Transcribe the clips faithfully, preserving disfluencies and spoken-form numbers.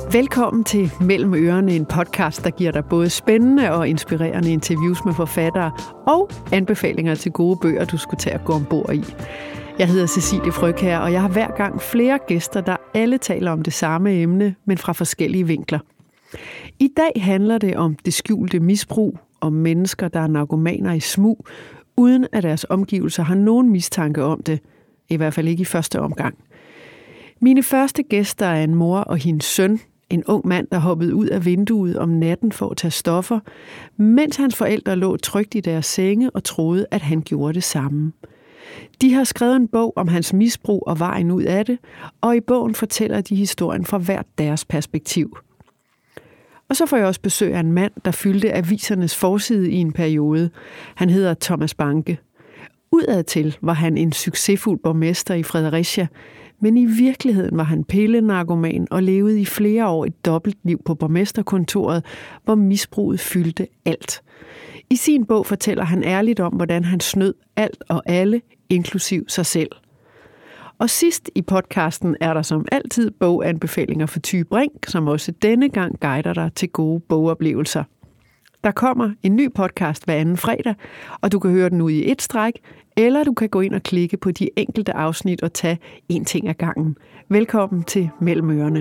Velkommen til Mellem Ørerne, en podcast, der giver dig både spændende og inspirerende interviews med forfattere og anbefalinger til gode bøger, du skulle tage at gå ombord i. Jeg hedder Cecilie Frøkjær, og jeg har hver gang flere gæster, der alle taler om det samme emne, men fra forskellige vinkler. I dag handler det om det skjulte misbrug, om mennesker, der er narkomaner i smug, uden at deres omgivelser har nogen mistanke om det, i hvert fald ikke i første omgang. Mine første gæster er en mor og hendes søn, en ung mand, der hoppede ud af vinduet om natten for at tage stoffer, mens hans forældre lå trygt i deres senge og troede, at han gjorde det samme. De har skrevet en bog om hans misbrug og vejen ud af det, og i bogen fortæller de historien fra hvert deres perspektiv. Og så får jeg også besøg af en mand, der fyldte avisernes forside i en periode. Han hedder Thomas Banke. Udadtil var han en succesfuld borgmester i Fredericia, men i virkeligheden var han pillenarkoman og levede i flere år et dobbeltliv på borgmesterkontoret, hvor misbruget fyldte alt. I sin bog fortæller han ærligt om, hvordan han snød alt og alle, inklusiv sig selv. Og sidst i podcasten er der som altid boganbefalinger for Thy Brink, som også denne gang guider dig til gode bogoplevelser. Der kommer en ny podcast hver anden fredag, og du kan høre den ud i et stræk, eller du kan gå ind og klikke på de enkelte afsnit og tage en ting ad gangen. Velkommen til Mellem Ørerne.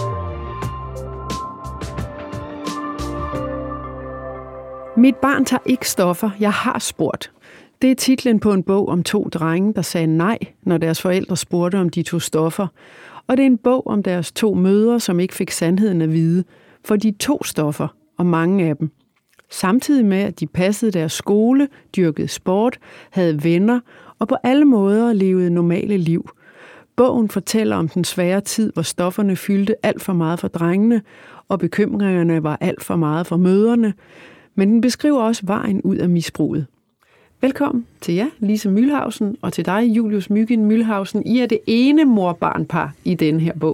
Mit barn tager ikke stoffer, jeg har spurgt. Det er titlen på en bog om to drenge, der sagde nej, når deres forældre spurgte, om de tog stoffer. Og det er en bog om deres to mødre, som ikke fik sandheden at vide, for de tog stoffer, og mange af dem. Samtidig med, at de passede deres skole, dyrkede sport, havde venner og på alle måder levede normale liv. Bogen fortæller om den svære tid, hvor stofferne fyldte alt for meget for drengene, og bekymringerne var alt for meget for mødrene. Men den beskriver også vejen ud af misbruget. Velkommen til jer, Lise Mühlhausen, og til dig, Julius Myggen Mühlhausen. I er det ene mor-barn-par i denne her bog.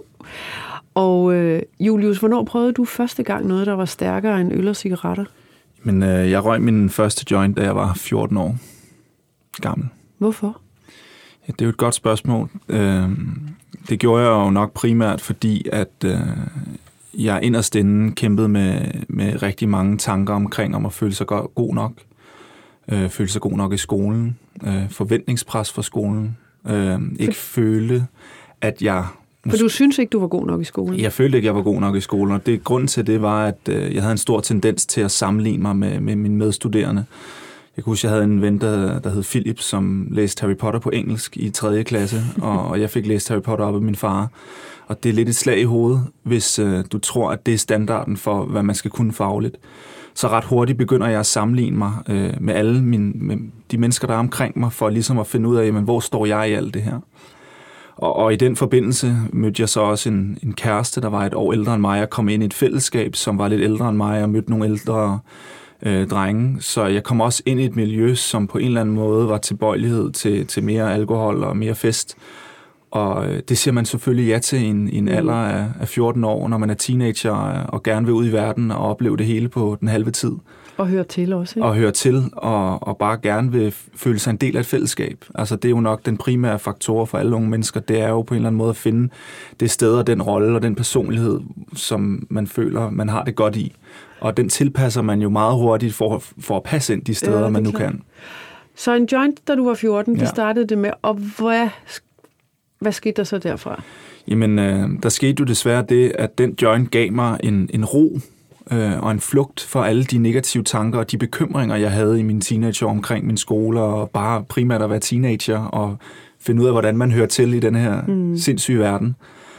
Og øh, Julius, hvornår prøvede du første gang noget, der var stærkere end øl og cigaretter? Men øh, jeg røg min første joint, da jeg var fjorten år gammel. Hvorfor? Ja, det er jo et godt spørgsmål. Øh, det gjorde jeg jo nok primært, fordi at øh, jeg inderst inde kæmpede med, med rigtig mange tanker omkring om at føle sig go- god nok. Øh, føle sig god nok i skolen. Øh, forventningspres fra skolen. Øh, ikke For... føle, at jeg... For du synes ikke, du var god nok i skolen? Jeg følte ikke, jeg var god nok i skolen, og det, grunden til det var, at øh, jeg havde en stor tendens til at sammenligne mig med, med mine medstuderende. Jeg kunne huske, jeg havde en ven, der, der hed Philip, som læste Harry Potter på engelsk i tredje klasse, og, og jeg fik læst Harry Potter op af min far. Og det er lidt et slag i hovedet, hvis øh, du tror, at det er standarden for, hvad man skal kunne fagligt. Så ret hurtigt begynder jeg at sammenligne mig øh, med alle mine, med de mennesker, der er omkring mig, for ligesom at finde ud af, jamen, hvor står jeg i alt det her. Og, og i den forbindelse mødte jeg så også en, en kæreste, der var et år ældre end mig. Jeg kom ind i et fællesskab, som var lidt ældre end mig, og mødte nogle ældre øh, drenge. Så jeg kom også ind i et miljø, som på en eller anden måde var tilbøjelighed til, til mere alkohol og mere fest. Og øh, det siger man selvfølgelig ja til i en, i en alder af, af fjorten år, når man er teenager og gerne vil ud i verden og opleve det hele på den halve tid. Og høre til også, ikke? Og høre til, og, og bare gerne vil føle sig en del af et fællesskab. Altså det er jo nok den primære faktor for alle unge mennesker, det er jo på en eller anden måde at finde det sted og den rolle og den personlighed, som man føler, man har det godt i. Og den tilpasser man jo meget hurtigt for, for at passe ind de steder, ja, man nu klar. kan. Så en joint, da du var fjorten, ja. Det startede det med, og hvad, hvad skete der så derfra? Jamen, øh, der skete jo desværre det, at den joint gav mig en, en ro, og en flugt for alle de negative tanker og de bekymringer, jeg havde i mine teenageår omkring min skole, og bare primært at være teenager og finde ud af, hvordan man hører til i den her mm. sindssyge verden.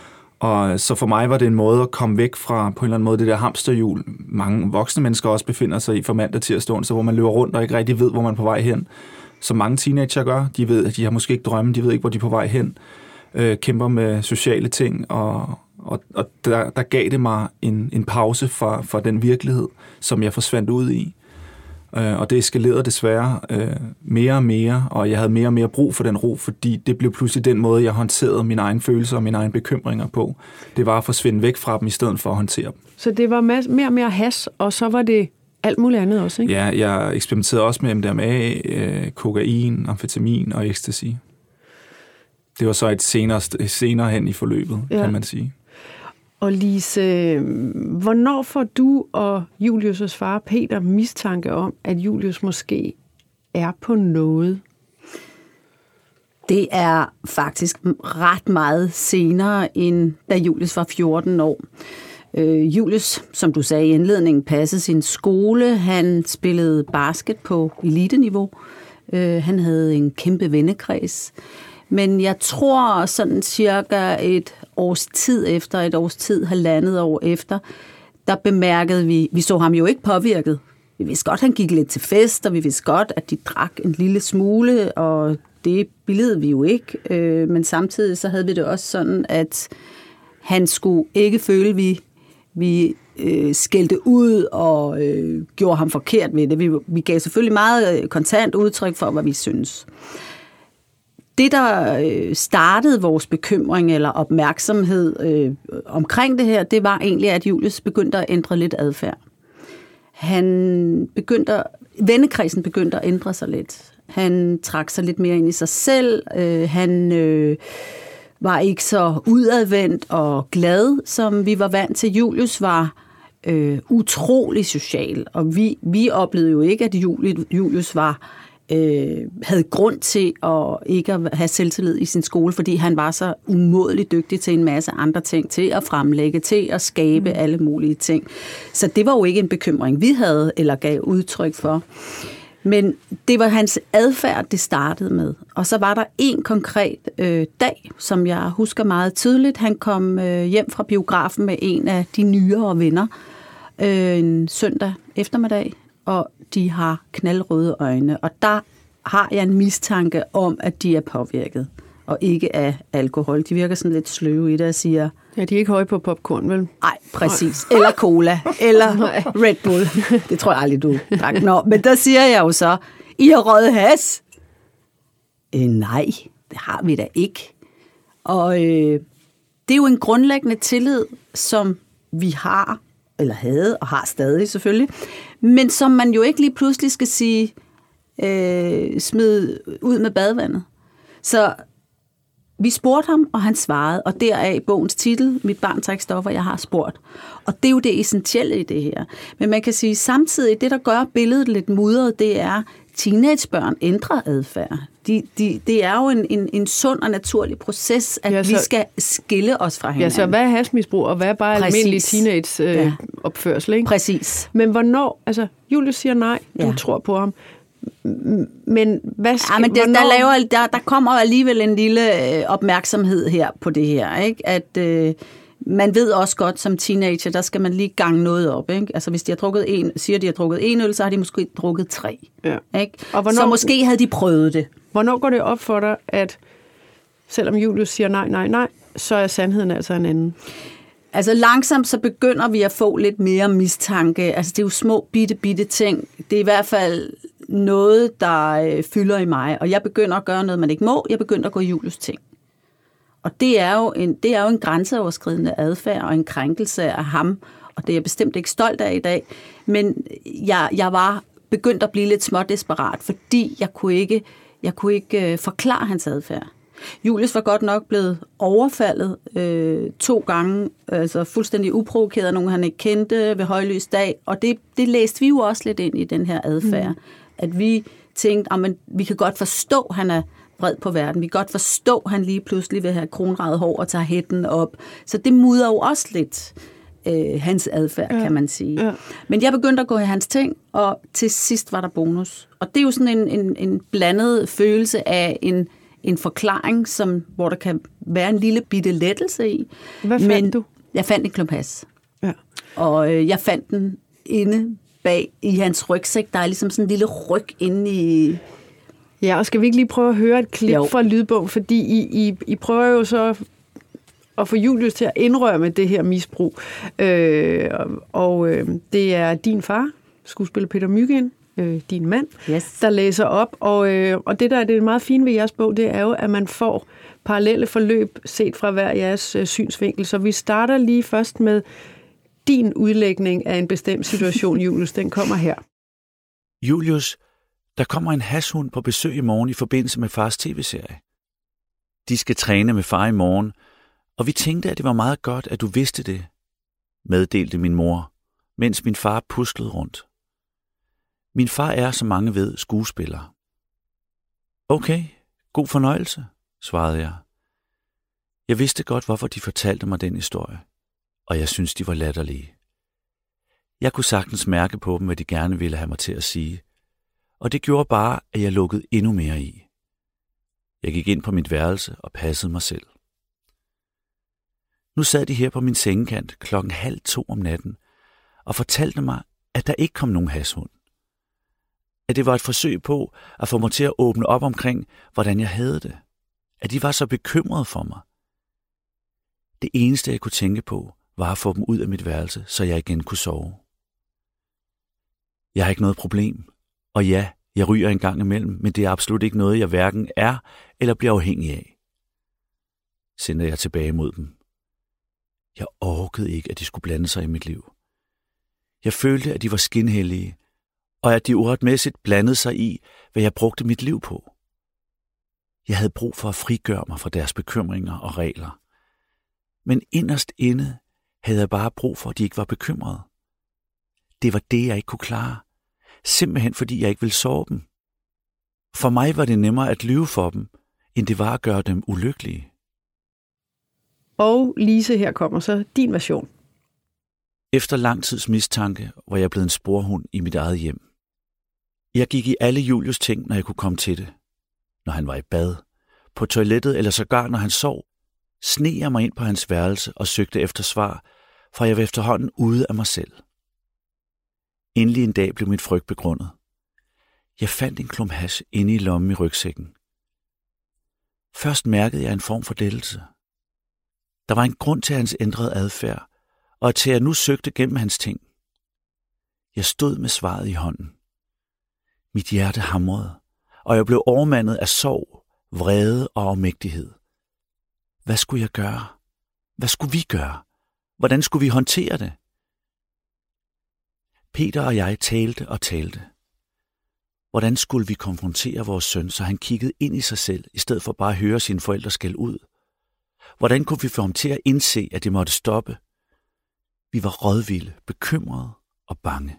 Og så for mig var det en måde at komme væk fra på en eller anden måde det der hamsterhjul, mange voksne mennesker også befinder sig i fra mandag til onsdag, så hvor man løber rundt og ikke rigtig ved, hvor man er på vej hen. Som mange teenager gør. De ved, at de har måske ikke drømme, de ved ikke, hvor de er på vej hen. Øh, kæmper med sociale ting, og Og, og der, der gav det mig en, en pause fra, fra den virkelighed, som jeg forsvandt ud i. Øh, og det eskalerede desværre øh, mere og mere, og jeg havde mere og mere brug for den ro, fordi det blev pludselig den måde, jeg håndterede mine egne følelser og mine egne bekymringer på. Det var at forsvinde væk fra dem, i stedet for at håndtere dem. Så det var mere og mere has, og så var det alt muligt andet også, ikke? Ja, jeg eksperimenterede også med M D M A, øh, kokain, amfetamin og ecstasy. Det var så et senere, senere hen i forløbet, ja. Kan man sige. Og Lise, hvornår får du og Julius' far Peter mistanke om, at Julius måske er på noget? Det er faktisk ret meget senere, end da Julius var fjorten år. Øh, Julius, som du sagde i indledningen, passede sin skole. Han spillede basket på eliteniveau. Øh, han havde en kæmpe vennekreds. Men jeg tror sådan cirka et års tid efter, et års tid, halvandet år efter, der bemærkede vi, vi så ham jo ikke påvirket. Vi vidste godt, han gik lidt til fest, og vi vidste godt, at de drak en lille smule, og det billedede vi jo ikke. Øh, men samtidig så havde vi det også sådan, at han skulle ikke føle, vi vi øh, skældte ud og øh, gjorde ham forkert ved det. Vi, vi gav selvfølgelig meget kontant udtryk for, hvad vi synes. Det, der øh, startede vores bekymring eller opmærksomhed øh, omkring det her, det var egentlig, at Julius begyndte at ændre lidt adfærd. Han begyndte, vennekredsen begyndte at ændre sig lidt. Han trak sig lidt mere ind i sig selv. Øh, han øh, var ikke så udadvendt og glad, som vi var vant til. Julius var øh, utrolig social, og vi, vi oplevede jo ikke, at Julius var, øh, havde grund til at ikke at have selvtillid i sin skole, fordi han var så umådeligt dygtig til en masse andre ting, til at fremlægge, til at skabe mm. alle mulige ting. Så det var jo ikke en bekymring, vi havde eller gav udtryk for. Men det var hans adfærd, det startede med. Og så var der en konkret øh, dag, som jeg husker meget tydeligt. Han kom øh, hjem fra biografen med en af de nyere venner øh, en søndag eftermiddag, og de har knaldrøde øjne. Og der har jeg en mistanke om, at de er påvirket, og ikke af alkohol. De virker sådan lidt sløve i det og siger... Ja, de er ikke høje på popcorn, vel? Nej, præcis. Nej. Eller cola, eller Red Bull. Det tror jeg aldrig, du drak. Nå, men der siger jeg jo så, I har røget has? Øh, nej, det har vi da ikke. Og øh, det er jo en grundlæggende tillid, som vi har, eller havde, og har stadig selvfølgelig, men som man jo ikke lige pludselig skal sige, øh, smid ud med badevandet. Så vi spurgte ham, og han svarede, og deraf bogens titel, Mit barn tager ikke stoffer, jeg har spurgt. Og det er jo det essentielle i det her. Men man kan sige, samtidig, det der gør billedet lidt mudret, det er, teenagebørn ændrer adfærd. De, de, det er jo en, en, en sund og naturlig proces, at ja, så, vi skal skille os fra hinanden. Ja, så hvad er hashmisbrug, og hvad er bare Præcis. almindelig teenage-opførsel? Øh, ja. Præcis. Men hvornår, altså Julius siger nej, du ja. tror på ham. Men hvad skal, ja, men det, der, laver, der, der kommer alligevel en lille øh, opmærksomhed her på det her, ikke? At øh, man ved også godt som teenager, der skal man lige gange noget op, ikke? Altså hvis de har drukket en, siger de har drukket en øl, så har de måske drukket tre, ja. ikke? Og hvornår, så måske havde de prøvet det. Hvornår går det op for dig, at selvom Julius siger nej, nej, nej, så er sandheden altså en anden? Altså langsomt så begynder vi at få lidt mere mistanke. Altså det er jo små bitte bitte ting. Det er i hvert fald noget, der øh, fylder i mig, og jeg begynder at gøre noget, man ikke må. Jeg begynder at gå Julius ting. Og det er jo en, det er jo en grænseoverskridende adfærd og en krænkelse af ham, og det er jeg bestemt ikke stolt af i dag. Men jeg, jeg var begyndt at blive lidt smådesperat, fordi jeg kunne ikke, jeg kunne ikke øh, forklare hans adfærd. Julius var godt nok blevet overfaldet øh, to gange, altså fuldstændig uprovokeret af nogen, han ikke kendte ved højlys dag, og det, det læste vi jo også lidt ind i den her adfærd. Mm. At vi tænkte, at vi kan godt forstå, at han er vred på verden. Vi kan godt forstå, at han lige pludselig vil have kronraget hår og tager hætten op. Så det mudder jo også lidt øh, hans adfærd, ja. kan man sige. Ja. Men jeg begyndte at gå i hans ting, og til sidst var der bonus. Og det er jo sådan en, en, en blandet følelse af en, en forklaring, som, hvor der kan være en lille bitte lettelse i. Hvad fandt Men du? Jeg fandt en klump has. Ja. Og øh, jeg fandt den inde bag i hans rygsæk. Der er ligesom sådan en lille ryg inde i... Ja, og skal vi ikke lige prøve at høre et klip jo. fra lydbogen? Fordi I, I, I prøver jo så at få Julius til at indrømme det her misbrug. Øh, og øh, det er din far, skuespiller Peter Mygind, øh, din mand, yes. der læser op. Og, øh, og det, der er det meget fine ved jeres bog, det er jo, at man får parallelle forløb set fra hver jeres øh, synsvinkel. Så vi starter lige først med din udlægning af en bestemt situation, Julius. Den kommer her. Julius, der kommer en hashhund på besøg i morgen i forbindelse med fars tv-serie. De skal træne med far i morgen, og vi tænkte, at det var meget godt, at du vidste det, meddelte min mor, mens min far puslede rundt. Min far er, som mange ved, skuespiller. Okay, god fornøjelse, svarede jeg. Jeg vidste godt, hvorfor de fortalte mig den historie, og jeg synes, de var latterlige. Jeg kunne sagtens mærke på dem, hvad de gerne ville have mig til at sige, og det gjorde bare, at jeg lukkede endnu mere i. Jeg gik ind på mit værelse og passede mig selv. Nu sad de her på min sengekant klokken halv to om natten og fortalte mig, at der ikke kom nogen hashhund. At det var et forsøg på at få mig til at åbne op omkring, hvordan jeg havde det. At de var så bekymrede for mig. Det eneste, jeg kunne tænke på, var at få dem ud af mit værelse, så jeg igen kunne sove. Jeg har ikke noget problem, og ja, jeg ryger en gang imellem, men det er absolut ikke noget, jeg hverken er eller bliver afhængig af. Sender jeg tilbage mod dem. Jeg orkede ikke, at de skulle blande sig i mit liv. Jeg følte, at de var skinhellige, og at de uretmæssigt blandede sig i, hvad jeg brugte mit liv på. Jeg havde brug for at frigøre mig fra deres bekymringer og regler. Men inderst inde havde jeg bare brug for, at de ikke var bekymrede. Det var det, jeg ikke kunne klare. Simpelthen fordi jeg ikke ville sove dem. For mig var det nemmere at lyve for dem, end det var at gøre dem ulykkelige. Og Lise, her kommer så din version. Efter lang tids mistanke var jeg blevet en sporhund i mit eget hjem. Jeg gik i alle Julius ting, når jeg kunne komme til det. Når han var i bad, på toilettet eller sågar når han sov, sneg jeg mig ind på hans værelse og søgte efter svar, for jeg var efterhånden ude af mig selv. Endelig en dag blev mit frygt begrundet. Jeg fandt en klump hash inde i lommen i rygsækken. Først mærkede jeg en form for lettelse. Der var en grund til hans ændrede adfærd, og til at jeg nu søgte gennem hans ting. Jeg stod med svaret i hånden. Mit hjerte hamrede, og jeg blev overmandet af sorg, vrede og afmægtighed. Hvad skulle jeg gøre? Hvad skulle vi gøre? Hvordan skulle vi håndtere det? Peter og jeg talte og talte. Hvordan skulle vi konfrontere vores søn, så han kiggede ind i sig selv, i stedet for bare at høre sine forældre skælde ud? Hvordan kunne vi få ham til at indse, at det måtte stoppe? Vi var rådvilde, bekymrede og bange.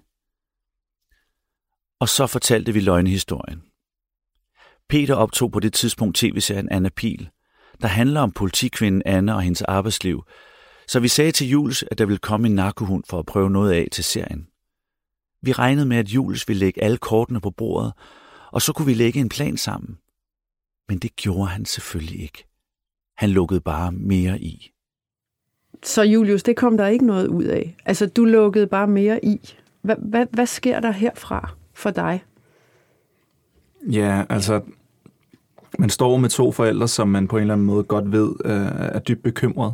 Og så fortalte vi løgnehistorien. Peter optog på det tidspunkt tv-serien Anna Pihl, der handler om politikvinden Anna og hendes arbejdsliv, så vi sagde til Julius, at der ville komme en narkohund for at prøve noget af til serien. Vi regnede med, at Julius ville lægge alle kortene på bordet, og så kunne vi lægge en plan sammen. Men det gjorde han selvfølgelig ikke. Han lukkede bare mere i. Så Julius, det kom der ikke noget ud af. Altså, du lukkede bare mere i. Hvad, hvad, hvad sker der herfra for dig? Ja, altså, man står med to forældre, som man på en eller anden måde godt ved øh, er dybt bekymret.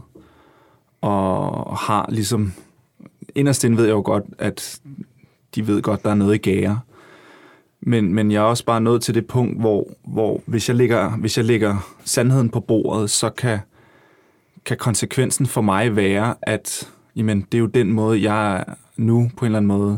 Og har ligesom... Inderst inde ved jeg jo godt, at de ved godt, der er noget i gære. Men, men jeg er også bare nået til det punkt, hvor, hvor hvis, jeg lægger, hvis jeg lægger sandheden på bordet, så kan, kan konsekvensen for mig være, at jamen, det er jo den måde, jeg nu på en eller anden måde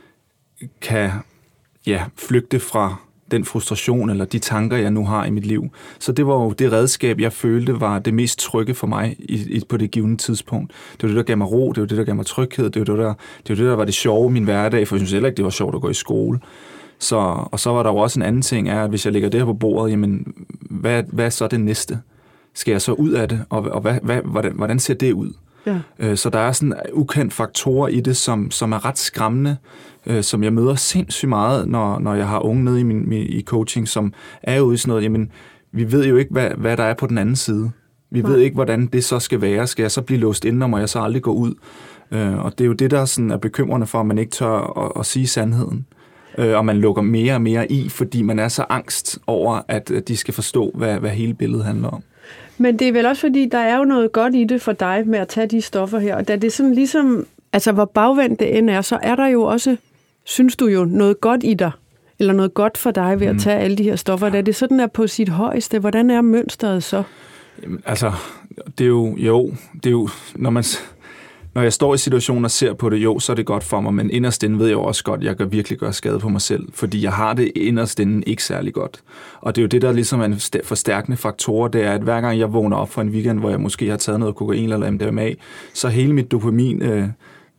kan ja, flygte fra den frustration eller de tanker, jeg nu har i mit liv. Så det var jo det redskab, jeg følte var det mest trygge for mig i, i, på det givne tidspunkt. Det var det, der gav mig ro, det var det, der gav mig tryghed, det var det, der, det var det, der var det sjove i min hverdag, for jeg synes heller ikke, det var sjovt at gå i skole. Så, og så var der jo også en anden ting, er, at hvis jeg lægger det her på bordet, jamen, hvad, hvad er så det næste? Skal jeg så ud af det, og, og hvad, hvad, hvordan, hvordan ser det ud? Ja. Så der er sådan ukendt faktorer i det, som, som er ret skræmmende, som jeg møder sindssygt meget, når, når jeg har unge nede i, min, i coaching, som er ude i sådan noget, jamen, vi ved jo ikke, hvad, hvad der er på den anden side. Vi ja. ved ikke, hvordan det så skal være. Skal jeg så blive låst inde, og må jeg så aldrig gå ud? Og det er jo det, der sådan er bekymrende for, at man ikke tør at, at sige sandheden. Og man lukker mere og mere i, fordi man er så angst over, at de skal forstå, hvad, hvad hele billedet handler om. Men det er vel også fordi, der er jo noget godt i det for dig med at tage de stoffer her. Og da det sådan ligesom, altså hvor bagvendt det end er, så er der jo også, synes du jo, noget godt i dig. Eller noget godt for dig ved at tage alle de her stoffer. Da det sådan er på sit højeste, hvordan er mønstret så? Jamen, altså, det er jo, jo, det er jo, når man... Når jeg står i situationen og ser på det, jo, så er det godt for mig, men inderst inde ved jeg jo også godt, at jeg kan virkelig gøre skade på mig selv, fordi jeg har det inderst inde ikke særlig godt. Og det er jo det, der ligesom er en forstærkende faktor, det er, at hver gang jeg vågner op fra en weekend, hvor jeg måske har taget noget kokain eller M D M A, så hele mit dopamin, øh,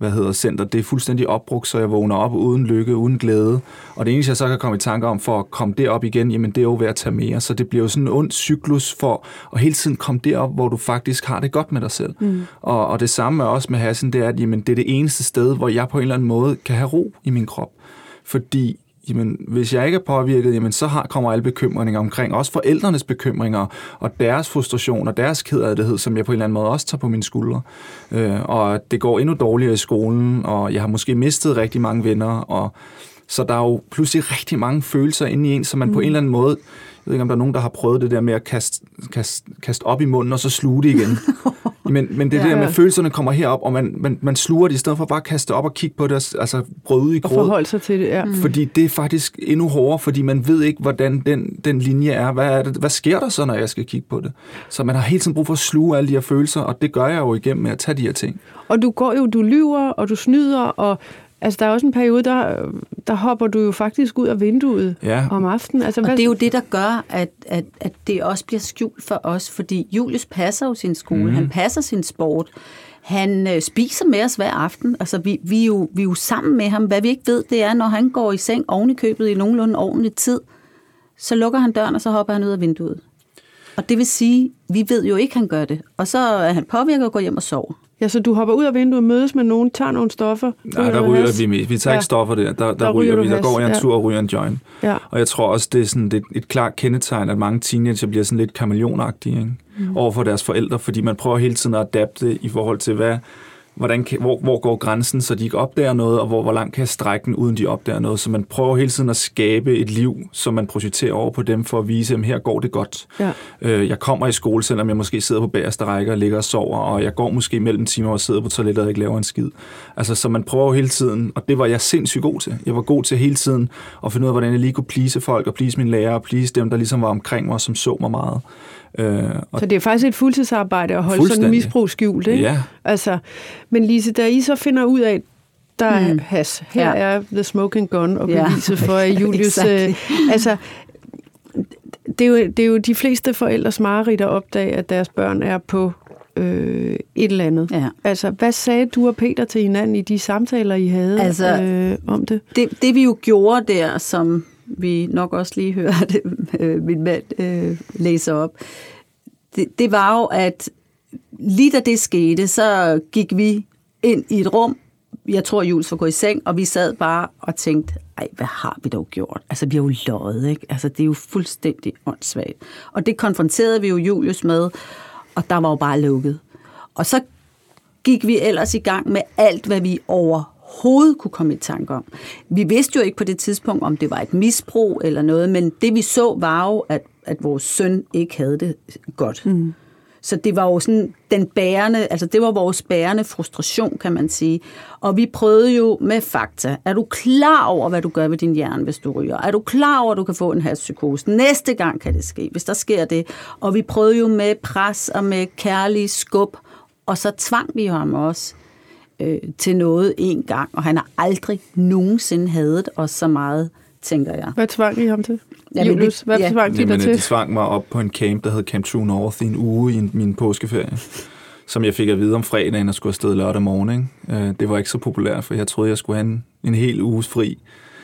hvad hedder center, det er fuldstændig opbrugt, så jeg vågner op uden lykke, uden glæde. Og det eneste, jeg så kan komme i tanke om for at komme derop igen, jamen det er jo ved at tage mere. Så det bliver jo sådan en ond cyklus for at hele tiden komme derop, hvor du faktisk har det godt med dig selv. Mm. Og, og det samme er også med haschen, det er, at jamen, det er det eneste sted, hvor jeg på en eller anden måde kan have ro i min krop. Fordi jamen, hvis jeg ikke er påvirket, jamen, så har, kommer alle bekymringer omkring, også forældrenes bekymringer, og deres frustration, og deres kederlighed, som jeg på en eller anden måde også tager på mine skuldre. Øh, og det går endnu dårligere i skolen, og jeg har måske mistet rigtig mange venner, og så der er jo pludselig rigtig mange følelser inde i en, som man mm. på en eller anden måde, jeg ved ikke, om der er nogen, der har prøvet det der med at kaste, kaste, kaste op i munden, og så sluge det igen. Men, men det er ja, det der med, at følelserne kommer herop, og man, man, man sluger det, i stedet for bare at kaste op og kigge på det, altså brød ud i gråd. Og forholde sig til det, ja. Fordi det er faktisk endnu hårdere, fordi man ved ikke, hvordan den, den linje er. Hvad, er det, hvad sker der så, når jeg skal kigge på det? Så man har hele tiden brug for at sluge alle de her følelser, og det gør jeg jo igennem med at tage de her ting. Og du går jo, du lyver, og du snyder, og altså, der er også en periode, der, der hopper du jo faktisk ud af vinduet ja. om aftenen. Altså, og hvad... det er jo det, der gør, at, at, at det også bliver skjult for os, fordi Julius passer jo sin skole, mm. han passer sin sport, han øh, spiser med os hver aften. Altså, vi, vi, er jo, vi er jo sammen med ham. Hvad vi ikke ved, det er, når han går i seng oven i købet i nogenlunde ordentlig tid, så lukker han døren, og så hopper han ud af vinduet. Og det vil sige, vi ved jo ikke, han gør det. Og så er han påvirket og går hjem og sover. Ja, så du hopper ud af vinduet, mødes med nogen, tager nogle stoffer? Nej, der ryger vi med. Vi tager ja. ikke stoffer der. Der, der, der ryger vi. Der går jeg en tur og ryger en joint. Ja. Og jeg tror også, det er sådan et, et klart kendetegn, at mange teenager bliver sådan lidt kameleonagtige, ikke? Mm. Over for deres forældre, fordi man prøver hele tiden at adapte i forhold til, hvad, hvordan kan, hvor, hvor går grænsen, så de ikke opdager noget, og hvor, hvor langt kan jeg strække den, uden de opdager noget. Så man prøver hele tiden at skabe et liv, som man projekterer over på dem, for at vise, at her går det godt. Ja. Øh, jeg kommer i skole, selvom jeg måske sidder på bagerste række og ligger og sover, og jeg går måske mellem timer og sidder på toilettet og ikke laver en skid. Altså, så man prøver hele tiden, og det var jeg sindssygt god til. Jeg var god til hele tiden at finde ud af, hvordan jeg lige kunne please folk, og please mine lærere, og please dem, der ligesom var omkring mig, som så mig meget. Øh, så det er faktisk et fuldtidsarbejde at holde sådan en misbrug skjult, ikke? Ja. Altså, men Lise, da I så finder ud af, der er mm. has, her ja. er the smoking gun og beviset ja. for, at Julius... øh, altså, det er, jo, det er jo de fleste forældres mareridt at opdage, at deres børn er på øh, et eller andet. Ja. Altså, hvad sagde du og Peter til hinanden i de samtaler, I havde altså, øh, om det? det? Det vi jo gjorde der, som vi nok også lige hørte øh, min mand øh, læse op, det, det var jo, at lige da det skete, så gik vi ind i et rum. Jeg tror, Julius var gået i seng, og vi sad bare og tænkte, ej, hvad har vi dog gjort? Altså, vi har jo løjet, ikke? Altså, det er jo fuldstændig åndssvagt. Og det konfronterede vi jo Julius med, og der var jo bare lukket. Og så gik vi ellers i gang med alt, hvad vi overhovedet kunne komme i tanke om. Vi vidste jo ikke på det tidspunkt, om det var et misbrug eller noget, men det vi så var jo, at, at vores søn ikke havde det godt. Mm. Så det var jo sådan den bærende, altså det var vores bærende frustration, kan man sige. Og vi prøvede jo med fakta. Er du klar over, hvad du gør ved din hjerne, hvis du ryger? Er du klar over, at du kan få en hashpsykose? Næste gang kan det ske, hvis der sker det. Og vi prøvede jo med pres og med kærlig skub, og så tvang vi ham også øh, til noget en gang. Og han har aldrig nogensinde hadet os så meget, tænker jeg. Hvad tvang I ham til? Ja, Julius, hvad ja. tvang de dig til? De tvang mig op på en camp, der hed Camp True North, i en uge i min påskeferie, som jeg fik at vide om fredagen, og skulle afsted lørdag morgen. Ikke? Det var ikke så populært, for jeg troede, jeg skulle have en, en hel uges fri.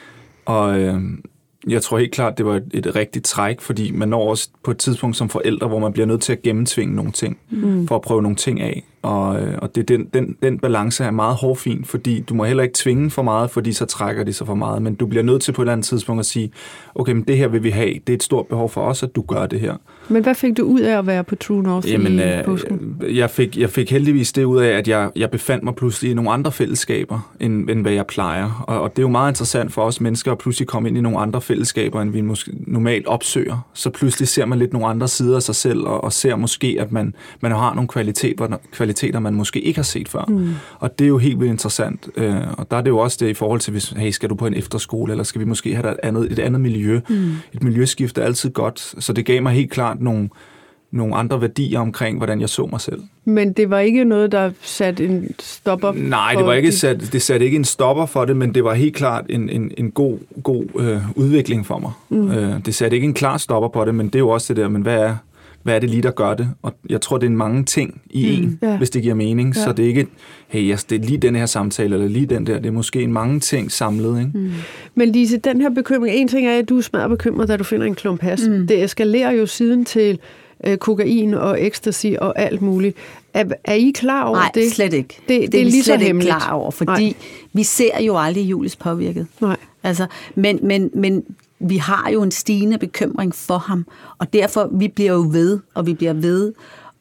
Og øh, jeg tror helt klart, det var et, et rigtigt træk, fordi man når også på et tidspunkt som forældre, hvor man bliver nødt til at gennemtvinge nogle ting, mm. for at prøve nogle ting af. Og, og det, den, den, den balance er meget hårfin, fordi du må heller ikke tvinge for meget, fordi så trækker de sig for meget. Men du bliver nødt til på et eller andet tidspunkt at sige, okay, men det her vil vi have. Det er et stort behov for os, at du gør det her. Men hvad fik du ud af at være på True North Jamen, i påsken? Jeg fik, jeg fik heldigvis det ud af, at jeg, jeg befandt mig pludselig i nogle andre fællesskaber, end, end hvad jeg plejer. Og, og det er jo meget interessant for os mennesker at pludselig komme ind i nogle andre fællesskaber, end vi måske normalt opsøger. Så pludselig ser man lidt nogle andre sider af sig selv, og, og ser måske, at man, man har nogle kvaliteter, kvaliteter, man måske ikke har set før. Mm. Og det er jo helt vildt interessant. Og der er det jo også det i forhold til, hvis, hey, skal du på en efterskole, eller skal vi måske have et andet, et andet miljø? Mm. Et miljøskift er altid godt. Så det gav mig helt klart nogle, nogle andre værdier omkring, hvordan jeg så mig selv. Men det var ikke noget, der satte en stopper? Nej, det var ikke sat, det satte ikke en stopper for det, men det var helt klart en, en, en god, god øh, udvikling for mig. Mm. Øh, det satte ikke en klar stopper på det, men det er jo også det der, men hvad er hvad er det lige, der gør det? Og jeg tror, det er mange ting i mm, en, ja. hvis det giver mening. Ja. Så det er ikke, hey, yes, det er lige den her samtale, eller lige den der. Det er måske en mange ting samlet. Ikke? Mm. Men Lise, den her bekymring, en ting er, at du er smadret bekymret, da du finder en klump has. Mm. Det eskalerer jo siden til øh, kokain og ecstasy og alt muligt. Er, er I klar over Nej, det? Nej, slet ikke. Det, det, det det er, er lige vi slet så ikke klar over, fordi Nej. vi ser jo aldrig Julius påvirket. Nej. Altså, men, men, men vi har jo en stigende bekymring for ham, og derfor vi bliver jo ved, og vi bliver ved,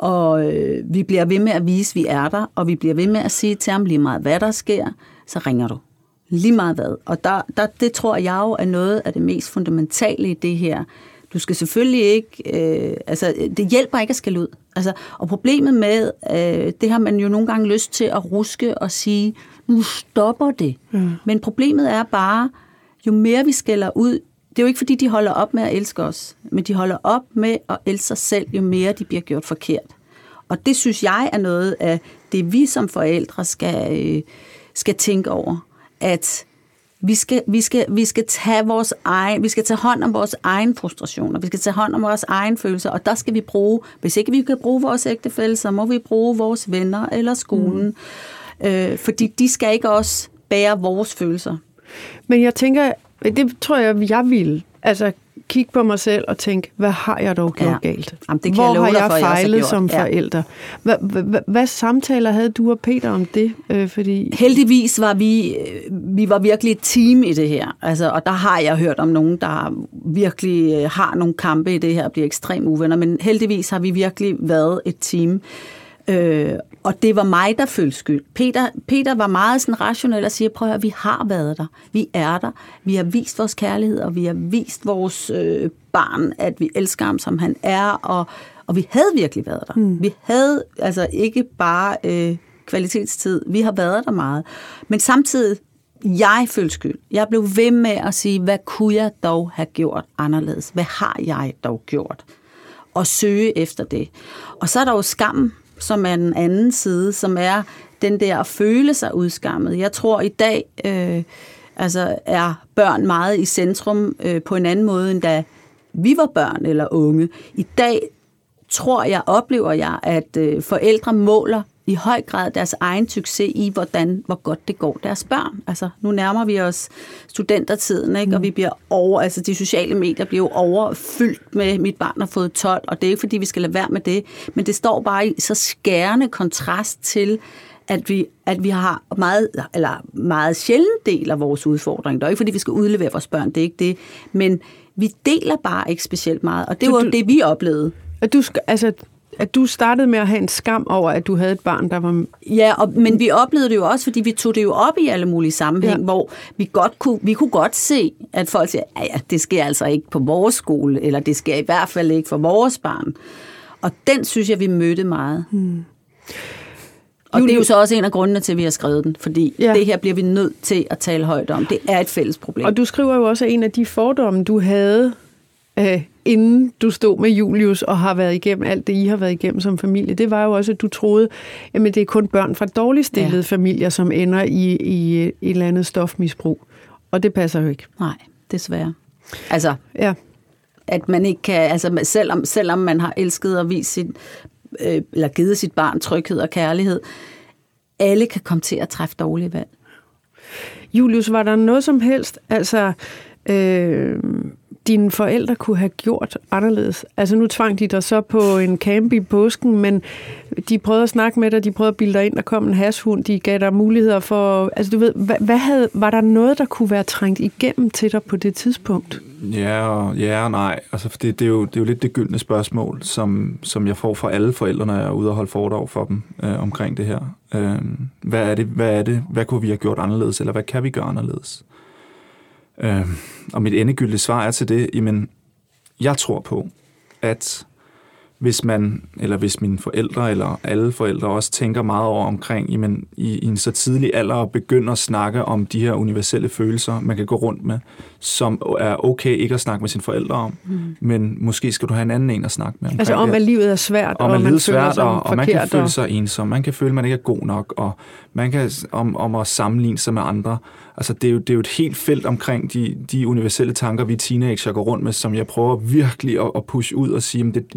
og øh, vi bliver ved med at vise, at vi er der, og vi bliver ved med at sige til ham lige meget, hvad der sker, så ringer du. Lige meget hvad. Og der, der, det tror jeg jo er noget af det mest fundamentale i det her. Du skal selvfølgelig ikke, øh, altså det hjælper ikke at skælde ud. Altså, og problemet med, øh, det har man jo nogle gange lyst til at ruske og sige, nu stopper det. Mm. Men problemet er bare, jo mere vi skælder ud, det er jo ikke fordi, de holder op med at elske os, men de holder op med at elske sig selv, jo mere de bliver gjort forkert. Og det synes jeg er noget af det, vi som forældre skal, øh, skal tænke over, at Vi skal, vi, skal, vi, skal tage vores egen, vi skal tage hånd om vores egen frustrationer, vi skal tage hånd om vores egen følelser, og der skal vi bruge, hvis ikke vi kan bruge vores ægtefælle, så må vi bruge vores venner eller skolen, mm. øh, fordi de skal ikke også bære vores følelser. Men jeg tænker, det tror jeg, jeg vil, altså kigge på mig selv og tænke, hvad har jeg dog gjort ja. galt? Jamen, det kan Hvor jeg har jeg for, fejlet jeg som ja. forælder? Hvad, hvad, hvad samtaler havde du og Peter om det? Øh, fordi... Heldigvis var vi, vi var virkelig et team i det her. Altså, og der har jeg hørt om nogen, der virkelig har nogle kampe i det her og bliver ekstremt uvenner. Men heldigvis har vi virkelig været et team. Øh, og det var mig, der følte skyld. Peter, Peter var meget sådan rationel og siger, prøv at høre, vi har været der. Vi er der. Vi har vist vores kærlighed, og vi har vist vores øh, barn, at vi elsker ham, som han er. Og, og vi havde virkelig været der. Mm. Vi havde altså ikke bare øh, kvalitetstid. Vi har været der meget. Men samtidig, jeg følte skyld. Jeg blev ved med at sige, hvad kunne jeg dog have gjort anderledes? Hvad har jeg dog gjort? Og søge efter det. Og så er der jo skam, som er den anden side, som er den der at føle sig udskammet. Jeg tror i dag øh, altså er børn meget i centrum øh, på en anden måde, end da vi var børn eller unge. I dag tror jeg, oplever jeg, at øh, forældre måler i høj grad deres egen succes i, hvordan, hvor godt det går deres børn. Altså, nu nærmer vi os studentertiden, ikke? Og vi bliver over, altså de sociale medier bliver jo overfyldt med, mit barn har fået tolv, og det er ikke fordi, vi skal lade være med det, men det står bare i så skærende kontrast til, at vi, at vi har meget, eller meget sjældent deler vores udfordring. Det er ikke fordi, vi skal udlevere vores børn, det er ikke det, men vi deler bare ikke specielt meget, og det var jo det, vi oplevede. At du skal, altså at du startede med at have en skam over, at du havde et barn, der var... Ja, og, men vi oplevede det jo også, fordi vi tog det jo op i alle mulige sammenhæng, ja. hvor vi, godt kunne, vi kunne godt se, at folk siger, ja, det sker altså ikke på vores skole, eller det sker i hvert fald ikke for vores barn. Og den synes jeg, vi mødte meget. Hmm. Og det er jo så også en af grundene til, at vi har skrevet den, fordi ja. det her bliver vi nødt til at tale højt om. Det er et fælles problem. Og du skriver jo også, at en af de fordomme, du havde... Øh, inden du stod med Julius og har været igennem alt det, I har været igennem som familie, det var jo også, at du troede, at det er kun børn fra dårligt stillede ja. familier, som ender i, i et eller andet stofmisbrug. Og det passer jo ikke. Nej, desværre. Altså, ja. at man ikke kan, altså selvom, selvom man har elsket og vist sit, øh, eller givet sit barn tryghed og kærlighed, alle kan komme til at træffe dårlige valg. Julius, var der noget som helst, altså... Øh, dine forældre kunne have gjort anderledes? Altså nu tvang de dig så på en camp i påsken, men de prøvede at snakke med dig, de prøvede at bilde dig ind, der kom en hashhund, de gav dig muligheder for... Altså du ved, hvad, hvad havde, var der noget, der kunne være trængt igennem til dig på det tidspunkt? Ja og, ja og nej. Altså, det, det, er jo, det er jo lidt det gyldne spørgsmål, som, som jeg får fra alle forældre, når jeg er ude og holde foredrag for dem øh, omkring det her. Øh, hvad er det? Hvad er det? Hvad kunne vi have gjort anderledes? Eller hvad kan vi gøre anderledes? Øh, og mit endegyldige svar er til det, jamen, jeg tror på, at hvis man, eller hvis mine forældre, eller alle forældre også tænker meget over omkring, jamen, i, i en så tidlig alder og begynder at snakke om de her universelle følelser, man kan gå rundt med, som er okay ikke at snakke med sine forældre om, mm. men måske skal du have en anden en at snakke med omkring. Altså om, at livet er svært, om, og at man føler svært, sig og, og man kan og... føle sig ensom, man kan føle, at man ikke er god nok, og man kan om, om at sammenligne sig med andre. Altså, det er jo, det er jo et helt felt omkring de, de universelle tanker, vi teenager går rundt med, som jeg prøver virkelig at, at pushe ud og sige, at det, vi bliver nødt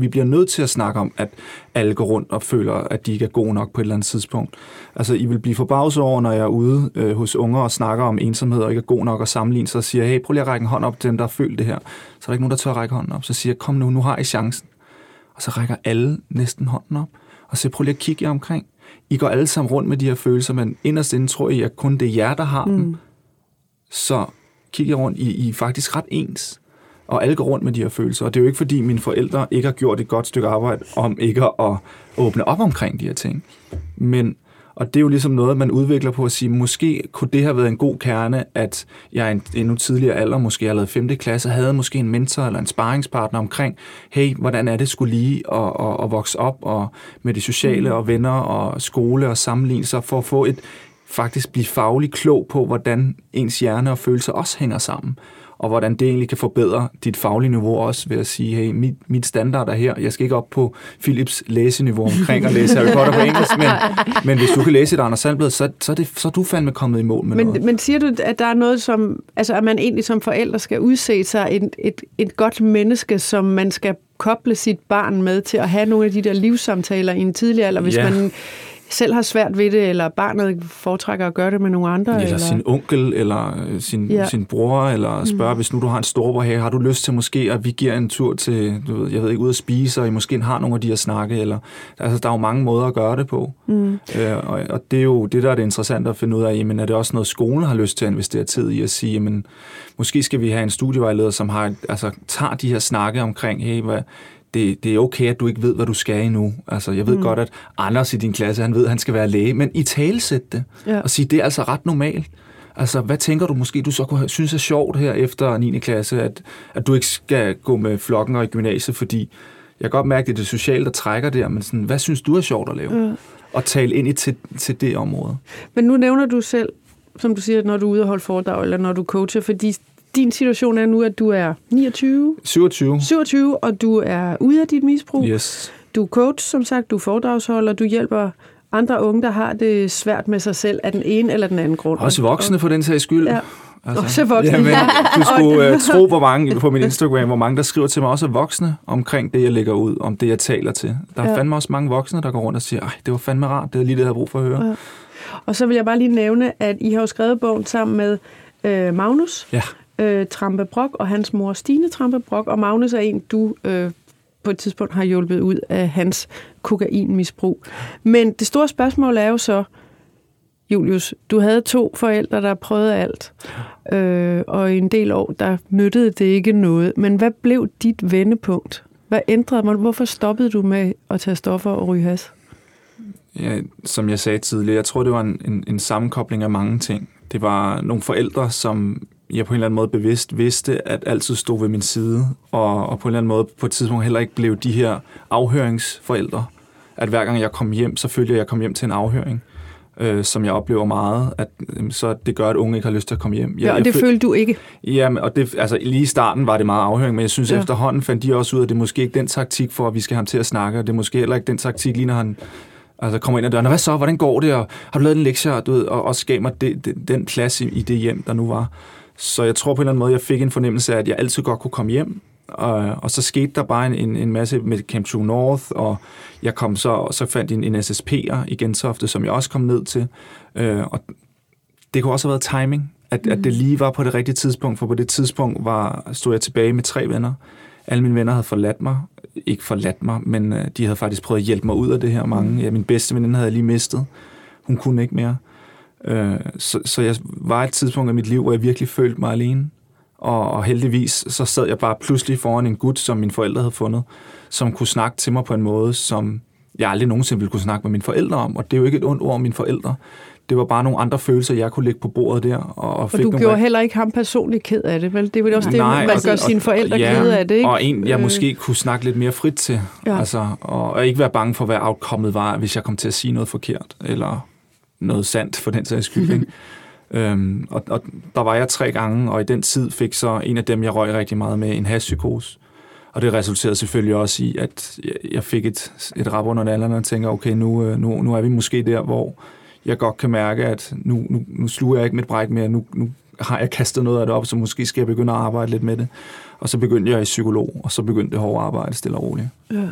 til at snakke om, at alle går rundt og føler, at de ikke er gode nok på et eller andet tidspunkt. Altså, I vil blive forbavset over, når jeg er ude øh, hos unger og snakker om ensomhed og ikke er god nok at sammenligne sig og siger, hey, prøv lige at række en hånd op til dem, der har følt det her. Så er der ikke nogen, der tør at række hånden op. Så siger jeg, kom nu, nu har I chancen. Og så rækker alle næsten hånden op. Og så prøv lige at kigge jer omkring. I går alle sammen rundt med de her følelser, men inderst inde tror I, at kun det er jer, der har mm. dem. Så kig jer rundt. I, I er faktisk ret ens. Og alle går rundt med de her følelser. Og det er jo ikke, fordi mine forældre ikke har gjort et godt stykke arbejde om ikke at åbne op omkring de her ting. Men, og det er jo ligesom noget, man udvikler på at sige, måske kunne det have været en god kerne, at jeg en endnu tidligere alder, måske allerede femte klasse, havde måske en mentor eller en sparringspartner omkring, hey, hvordan er det skulle lige at, at, at vokse op og med det sociale og venner og skole og sammenligne sig for at få et, faktisk blive fagligt klog på, hvordan ens hjerne og følelser også hænger sammen. Og hvordan det egentlig kan forbedre dit faglige niveau også ved at sige, hey, mit, mit standard er her. Jeg skal ikke op på Philips læseniveau omkring at læse Harry Potter på engelsk, men, men hvis du kan læse et Anders Sandblad, så, så, er det, så er du fandme kommet i mål med men, noget. Men siger du, at der er noget som, altså at man egentlig som forældre skal udse sig et, et, et godt menneske, som man skal koble sit barn med til at have nogle af de der livssamtaler i en tidlig alder, hvis ja. man selv har svært ved det, eller barnet foretrækker at gøre det med nogle andre? Eller, eller sin onkel, eller sin, ja. sin bror, eller spørge, mm. hvis nu du har en storbror her, har du lyst til måske, at vi giver en tur til, du ved, jeg ved ikke, ud at spise, og I måske har nogle af de her snakke, eller, altså der er jo mange måder at gøre det på. Mm. Øh, og, og det er jo det, der er det interessante at finde ud af, jamen er det også noget, skolen har lyst til at investere tid i, at sige, jamen måske skal vi have en studievejleder, som har, altså, tager de her snakke omkring, hey, hvad Det, det er okay, at du ikke ved, hvad du skal endnu. Altså, jeg ved mm. godt, at Anders i din klasse, han ved, at han skal være læge, men i talesæt det, ja. og sige, det er altså ret normalt. Altså, hvad tænker du måske, du så kunne synes er sjovt her efter niende klasse, at, at du ikke skal gå med flokken og i gymnasiet, fordi jeg kan godt mærke, at det er det sociale, der trækker der, men sådan, hvad synes du er sjovt at lave? Ja. Og tale ind i til, til det område. Men nu nævner du selv, som du siger, når du er ude og holde foredrag, eller når du coacher, fordi din situation er nu, at du er niogtyve, syvogtyve, syvogtyve, og du er ude af dit misbrug. Yes. Du er coach, som sagt, du er foredragsholder, du hjælper andre unge, der har det svært med sig selv af den ene eller den anden grund. Også voksne for den sags skyld. Ja. Altså, også voksne. Jamen, du skulle uh, tro på mange på min Instagram, hvor mange der skriver til mig, også voksne, omkring det, jeg lægger ud, om det, jeg taler til. Der er ja. fandme også mange voksne, der går rundt og siger, ej, det var fandme rart, det er lige det, jeg havde brug for at høre. Ja. Og så vil jeg bare lige nævne, at I har jo skrevet bogen sammen med øh, Magnus, ja. øh, Trampe Brock, og hans mor Stine Trampe Brock, og Magnus er en, du øh, på et tidspunkt har hjulpet ud af hans kokainmisbrug. Men det store spørgsmål er jo så, Julius, du havde to forældre, der prøvede alt, øh, og i en del år, der nyttede det ikke noget. Men hvad blev dit vendepunkt? Hvad ændrede man? Hvorfor stoppede du med at tage stoffer og ryge hash? Ja, som jeg sagde tidligere, jeg tror, det var en, en, en sammenkobling af mange ting. Det var nogle forældre, som jeg på en eller anden måde bevidst vidste, at altid stod ved min side, og, og på en eller anden måde på et tidspunkt heller ikke blev de her afhøringsforældre. At hver gang jeg kom hjem, så følte jeg, at jeg kom hjem til en afhøring, øh, som jeg oplever meget, at øh, så det gør, at unge ikke har lyst til at komme hjem. Jeg, ja, og det følte du ikke? Ja, og det, altså lige i starten var det meget afhøring, men jeg synes, ja. efterhånden fandt de også ud af, at det er måske ikke den taktik for, at vi skal have ham til at snakke, og det er måske heller ikke den taktik, lige når han altså kommer ind ad døren, og hvad så, hvordan går det, og har du lavet en lektie, og, du ved, og også gav mig det, det, den plads i, i det hjem, der nu var. Så jeg tror på en eller anden måde, jeg fik en fornemmelse af, at jeg altid godt kunne komme hjem, og, og så skete der bare en, en masse med Camp True North, og jeg kom så, og så fandt en, en S S P'er i Gentofte, som jeg også kom ned til, øh, og det kunne også have været timing, at, mm. at det lige var på det rigtige tidspunkt, for på det tidspunkt var, stod jeg tilbage med tre venner. Alle mine venner havde forladt mig, ikke forladt mig, men øh, de havde faktisk prøvet at hjælpe mig ud af det her mange. Ja, min bedste veninde havde jeg lige mistet. Hun kunne ikke mere. Øh, så, så jeg var et tidspunkt i mit liv, hvor jeg virkelig følte mig alene. Og, og heldigvis, så sad jeg bare pludselig foran en gut, som mine forældre havde fundet, som kunne snakke til mig på en måde, som jeg aldrig nogensinde ville kunne snakke med mine forældre om. Og det er jo ikke et ondt ord om mine forældre. Det var bare nogle andre følelser, jeg kunne lægge på bordet der. Og, og, og du gjorde heller ikke ham personligt ked af det, vel? Det er vel også det, Nej, man gør sine forældre ja, ked af det, ikke? Og en, jeg øh. måske kunne snakke lidt mere frit til. Ja. Altså, og, og ikke være bange for, hvad outcomet var, hvis jeg kom til at sige noget forkert, eller noget sandt for den sags skyld, ikke? øhm, og, og der var jeg tre gange, og i den tid fik så en af dem, jeg røg rigtig meget med, en hashpsykose. Og det resulterede selvfølgelig også i, at jeg fik et, et rap under nallerne og tænker, okay, nu, nu, nu er vi måske der, hvor jeg godt kan mærke, at nu, nu, nu sluger jeg ikke mit bræk mere, nu, nu har jeg kastet noget af det op, så måske skal jeg begynde at arbejde lidt med det. Og så begyndte jeg i psykolog, og så begyndte det hårde arbejde stille og roligt. Ja.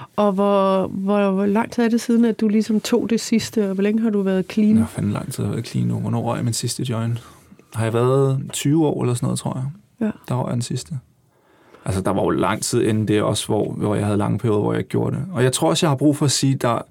Og hvor, hvor, hvor lang tid er det siden, at du ligesom tog det sidste, og hvor længe har du været clean? Jeg har fandme lang tid været clean nu. Hvornår røg jeg min sidste joint? Har jeg været tyve år eller sådan noget, tror jeg? Ja. Der røg jeg den sidste. Altså, der var jo lang tid inden det også, hvor, hvor jeg havde lange perioder, hvor jeg ikke gjorde det. Og jeg tror også, jeg har brug for at sige, der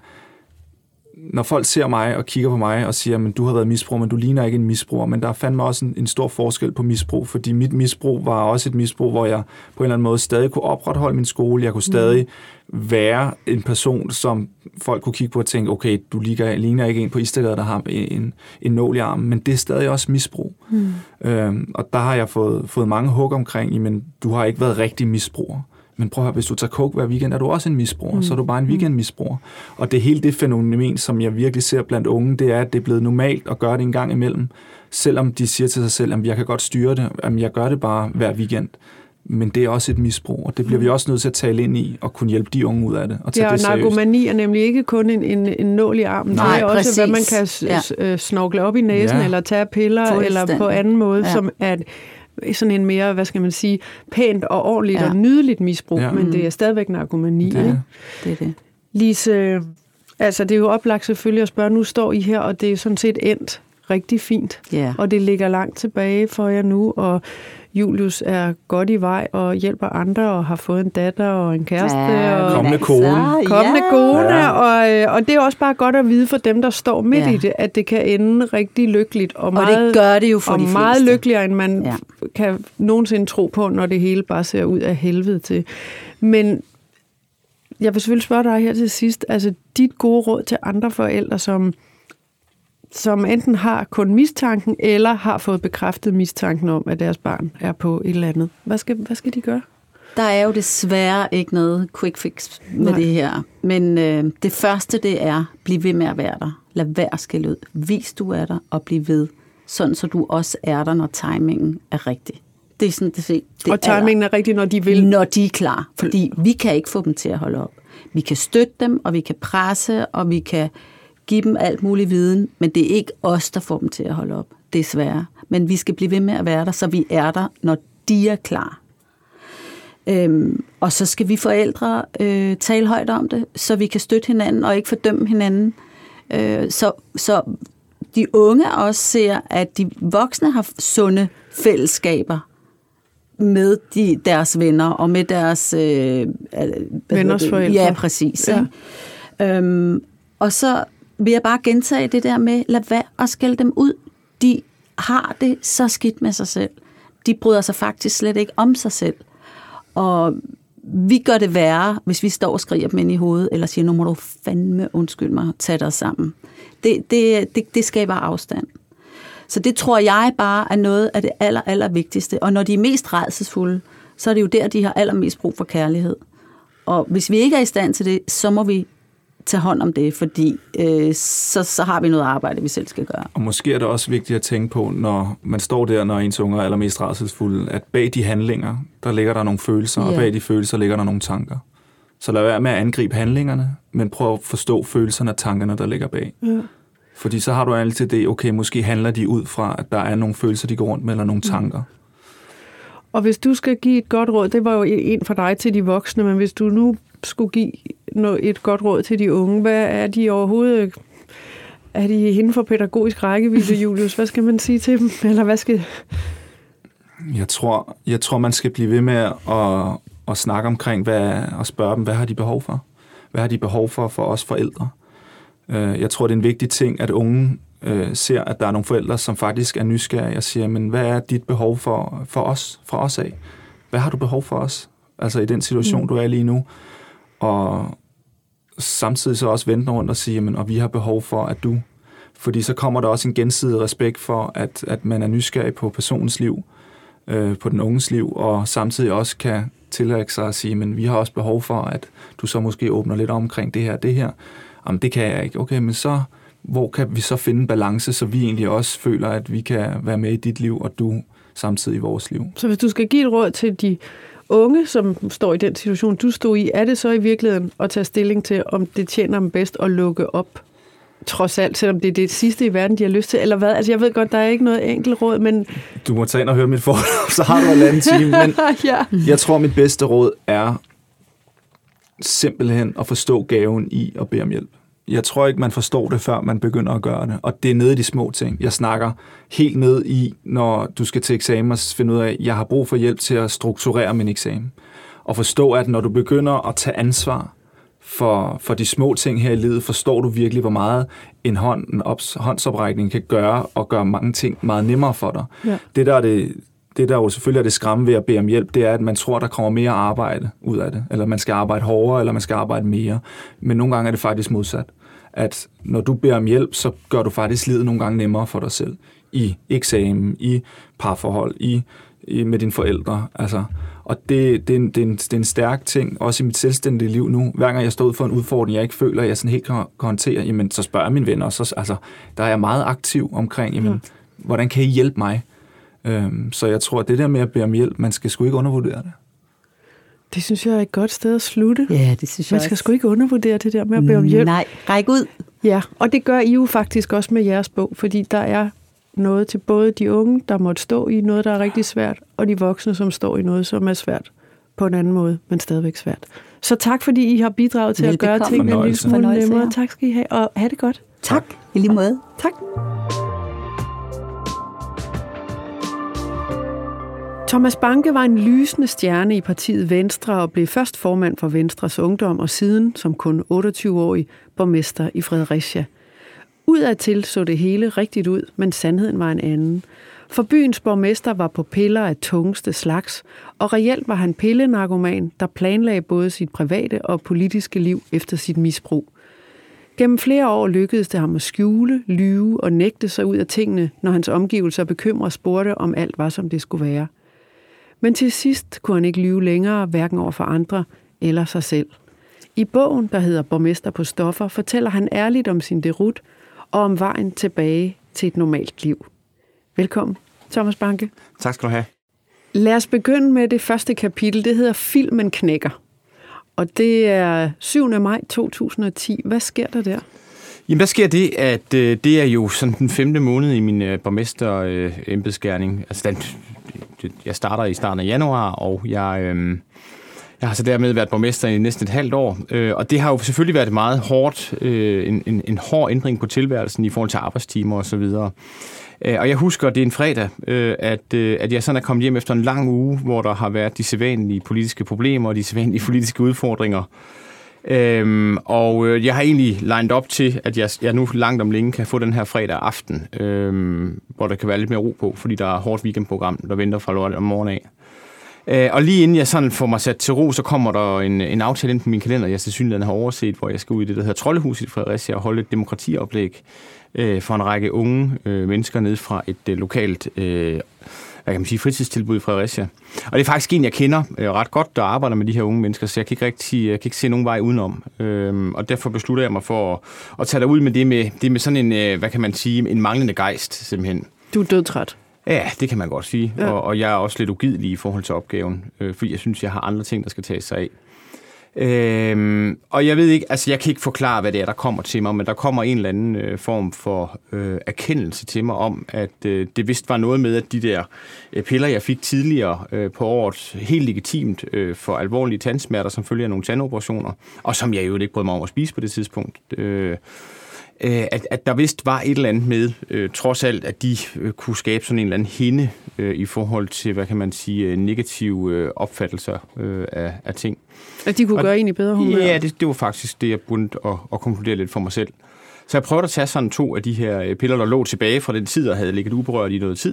når folk ser mig og kigger på mig og siger, men du har været misbruger, men du ligner ikke en misbruger, men der er fandme også en, en stor forskel på misbrug, fordi mit misbrug var også et misbrug, hvor jeg på en eller anden måde stadig kunne opretholde min skole, jeg kunne stadig mm. være en person, som folk kunne kigge på og tænke, okay, du ligner, ligner ikke en på Istedgade, der har en, en nål i armen, men det er stadig også misbrug. Mm. Øhm, og der har jeg fået, fået mange hug omkring, men du har ikke været rigtig misbruger. Men prøv at høre, hvis du tager coke hver weekend, er du også en misbruger, mm. så er du bare en weekendmisbruger. Og det hele det fænomen, som jeg virkelig ser blandt unge, det er, at det er blevet normalt at gøre det en gang imellem. Selvom de siger til sig selv, at jeg kan godt styre det, at jeg gør det bare hver weekend. Men det er også et misbrug, og det bliver vi også nødt til at tale ind i, og kunne hjælpe de unge ud af det. Og tage ja, det seriøst. Narkomani er nemlig ikke kun en, en, en nål i armen. Nej, det er også, præcis. hvad man kan ja. snorkle op i næsen, ja. eller tage piller, eller på anden måde, ja. som er sådan en mere, hvad skal man sige, pænt og ordentligt ja. og nydeligt misbrug, ja. men det er stadigvæk narkomani. Det er det. Er det. Lise, altså det er jo oplagt selvfølgelig at spørge, nu står I her, og det er sådan set endt rigtig fint, yeah. og det ligger langt tilbage for jer nu, og Julius er godt i vej og hjælper andre, og har fået en datter og en kæreste. Ja, og kommende kone. Kommende ja. kone, ja. og, og det er også bare godt at vide for dem, der står midt ja. i det, at det kan ende rigtig lykkeligt, og, og meget, det gør det jo for og de fleste. meget lykkeligere, end man ja. kan nogensinde tro på, når det hele bare ser ud af helvede til. Men jeg vil selvfølgelig spørge dig her til sidst, altså dit gode råd til andre forældre, som som enten har kun mistanken, eller har fået bekræftet mistanken om, at deres barn er på et eller andet. Hvad skal, hvad skal de gøre? Der er jo desværre ikke noget quick fix med Nej. det her. Men øh, det første, det er, bliv ved med at være der. Lad være skille ud. Vis, du er der, og bliv ved. Sådan, så du også er der, når timingen er rigtig. Det er sådan, det, det og timingen er, er rigtig, når de vil? Når de er klar. Fordi vi kan ikke få dem til at holde op. Vi kan støtte dem, og vi kan presse, og vi kan give dem alt mulig viden, men det er ikke os, der får dem til at holde op, desværre. Men vi skal blive ved med at være der, så vi er der, når de er klar. Øhm, og så skal vi forældre øh, tale højt om det, så vi kan støtte hinanden og ikke fordømme hinanden. Øh, så, så de unge også ser, at de voksne har sunde fællesskaber med de, deres venner og med deres øh, venners forældre. Ja, præcis. Ja. Øhm, og så vil jeg bare gentage det der med, lad være at skælde dem ud. De har det så skidt med sig selv. De bryder sig faktisk slet ikke om sig selv. Og vi gør det værre, hvis vi står og skriger dem ind i hovedet, eller siger, nu må du fandme undskyld mig, tage dig sammen. Det, det, det, det skaber afstand. Så det tror jeg bare er noget af det aller, aller vigtigste. Og når de er mest rædselsfulde, så er det jo der, de har allermest brug for kærlighed. Og hvis vi ikke er i stand til det, så må vi tage hånd om det, fordi øh, så, så har vi noget arbejde, vi selv skal gøre. Og måske er det også vigtigt at tænke på, når man står der, når ens unger er allermest rædselsfulde, at bag de handlinger, der ligger der nogle følelser, yeah. og bag de følelser ligger der nogle tanker. Så lad være med at angribe handlingerne, men prøv at forstå følelserne og tankerne, der ligger bag. Yeah. Fordi så har du altid det, okay, måske handler de ud fra, at der er nogle følelser, de går rundt med, eller nogle tanker. Mm. Og hvis du skal give et godt råd, det var jo en for dig til de voksne, men hvis du nu skulle give et godt råd til de unge, hvad er de overhovedet, er de inden for pædagogisk rækkevidde, Julius? Hvad skal man sige til dem? Eller hvad skal... Jeg tror, jeg tror man skal blive ved med at, at snakke omkring, hvad, og spørge dem, hvad har de behov for? Hvad har de behov for for os forældre? Jeg tror, det er en vigtig ting, at unge øh, ser, at der er nogle forældre, som faktisk er nysgerrige og siger, men hvad er dit behov for, for os, fra os af? Hvad har du behov for os? Altså i den situation, mm. du er lige nu. Og samtidig så også vente rundt og sige, men, og vi har behov for, at du... Fordi så kommer der også en gensidig respekt for, at, at man er nysgerrig på personens liv, øh, på den unges liv, og samtidig også kan tillægge sig at sige, men vi har også behov for, at du så måske åbner lidt omkring det her det her. Jamen, det kan jeg ikke. Okay, men så, hvor kan vi så finde balance, så vi egentlig også føler, at vi kan være med i dit liv, og du samtidig i vores liv. Så hvis du skal give et råd til de unge, som står i den situation, du stod i, er det så i virkeligheden at tage stilling til, om det tjener dem bedst at lukke op, trods alt, selvom det er det sidste i verden, de har lyst til, eller hvad? Altså, jeg ved godt, der er ikke noget enkelt råd, men... Du må tage ind og høre mit forhold, så har du en anden time, men ja. Jeg tror, mit bedste råd er, simpelthen at forstå gaven i at bede om hjælp. Jeg tror ikke, man forstår det, før man begynder at gøre det. Og det er nede i de små ting. Jeg snakker helt ned i, når du skal til eksamen og finde ud af, at jeg har brug for hjælp til at strukturere min eksamen. Og forstå, at når du begynder at tage ansvar for, for de små ting her i livet, forstår du virkelig, hvor meget en, hånd, en ops, håndsoprækning kan gøre, og gøre mange ting meget nemmere for dig. Ja. Det, der er det, det, der jo selvfølgelig er det skræmme ved at bede om hjælp, det er, at man tror, der kommer mere arbejde ud af det. Eller man skal arbejde hårdere, eller man skal arbejde mere. Men nogle gange er det faktisk modsat. At når du beder om hjælp, så gør du faktisk livet nogle gange nemmere for dig selv. I eksamen, i parforhold, i, i med dine forældre. Altså, og det, det, er en, det, er en, det er en stærk ting, også i mit selvstændige liv nu. Hver gang jeg står ud for en udfordring, jeg ikke føler, at jeg sådan helt kan, kan håndtere, jamen, så spørger jeg mine venner. Så, altså, der er jeg meget aktiv omkring, jamen, mm. hvordan kan I hjælpe mig? Øhm, så jeg tror, at det der med at bede om hjælp, man skal sgu ikke undervurdere det. Det synes jeg er et godt sted at slutte. Ja, det synes jeg Man skal også. Sgu ikke undervurdere det der med at bede om hjælp. Nej, ræk ud. Ja, og det gør I jo faktisk også med jeres bog, fordi der er noget til både de unge, der måtte stå i noget, der er rigtig svært, og de voksne, som står i noget, som er svært på en anden måde, men stadigvæk svært. Så tak, fordi I har bidraget til Velbekomme. At gøre tingene en lille smule nemmere. Tak skal I have, og have det godt. Tak. tak. I lige måde. Tak. Thomas Banke var en lysende stjerne i partiet Venstre og blev først formand for Venstres Ungdom og siden, som kun otteogtyve-årig, borgmester i Fredericia. Udadtil så det hele rigtigt ud, men sandheden var en anden. For byens borgmester var på piller af tungeste slags, og reelt var han pillenarkoman, der planlagde både sit private og politiske liv efter sit misbrug. Gennem flere år lykkedes det ham at skjule, lyve og nægte sig ud af tingene, når hans omgivelser bekymrede spurgte, om alt var, som det skulle være. Men til sidst kunne han ikke lyve længere, hverken over for andre eller sig selv. I bogen, der hedder Borgmester på stoffer, fortæller han ærligt om sin derut og om vejen tilbage til et normalt liv. Velkommen, Thomas Banke. Tak skal du have. Lad os begynde med det første kapitel. Det hedder Filmen knækker. Og det er syvende maj to tusind og ti. Hvad sker der der? Jamen, der sker det, at øh, det er jo sådan den femte måned i min øh, borgmester-embedsgerning. Øh, altså, den, jeg starter i starten af januar, og jeg, øh, jeg har så dermed været borgmester i næsten et halvt år. Øh, og det har jo selvfølgelig været meget hårdt, øh, en, en, en hård ændring på tilværelsen i forhold til arbejdstimer og så videre. Og jeg husker, det er en fredag, at, at jeg sådan er kommet hjem efter en lang uge, hvor der har været de sædvanlige politiske problemer og de sædvanlige politiske udfordringer. Øhm, og jeg har egentlig lined op til, at jeg, jeg nu langt om længe kan få den her fredag aften, øhm, hvor der kan være lidt mere ro på, fordi der er et hårdt weekendprogram, der venter fra lørdag om morgenen af. Øh, og lige inden jeg sådan får mig sat til ro, så kommer der en, en aftale ind på min kalender, jeg tilsyneladende har overset, hvor jeg skal ud i det, der hedder Troldehuset i Fredericia og holde et demokratioplæg øh, for en række unge øh, mennesker ned fra et øh, lokalt øh, hvad kan man sige, fritidstilbud i Fredericia. Og det er faktisk en, jeg kender øh, ret godt, der arbejder med de her unge mennesker, så jeg kan ikke rigtig jeg kan ikke se nogen vej udenom. Øhm, og derfor beslutter jeg mig for at, at tage derud med det med, det med sådan en, øh, hvad kan man sige, en manglende gejst, simpelthen. Du er dødtræt. Ja, det kan man godt sige. Ja. Og, og jeg er også lidt ugidelig i forhold til opgaven, øh, fordi jeg synes, jeg har andre ting, der skal tages sig af. Øhm, og jeg ved ikke, altså jeg kan ikke forklare, hvad det er, der kommer til mig, men der kommer en eller anden øh, form for øh, erkendelse til mig om, at øh, det vist var noget med, at de der øh, piller, jeg fik tidligere øh, på året, helt legitimt øh, for alvorlige tandsmerter, som følger af nogle tandoperationer, og som jeg jo ikke brød mig om at spise på det tidspunkt, øh, At, at der vist var et eller andet med, øh, trods alt, at de øh, kunne skabe sådan en eller anden hinde øh, i forhold til, hvad kan man sige, negative øh, opfattelser øh, af, af ting. At de kunne og, gøre en i bedre humør? Ja, det, det var faktisk det, jeg begyndte at, at konkludere lidt for mig selv. Så jeg prøvede at tage sådan to af de her piller, der lå tilbage fra den tid, der havde ligget uberørt i noget tid.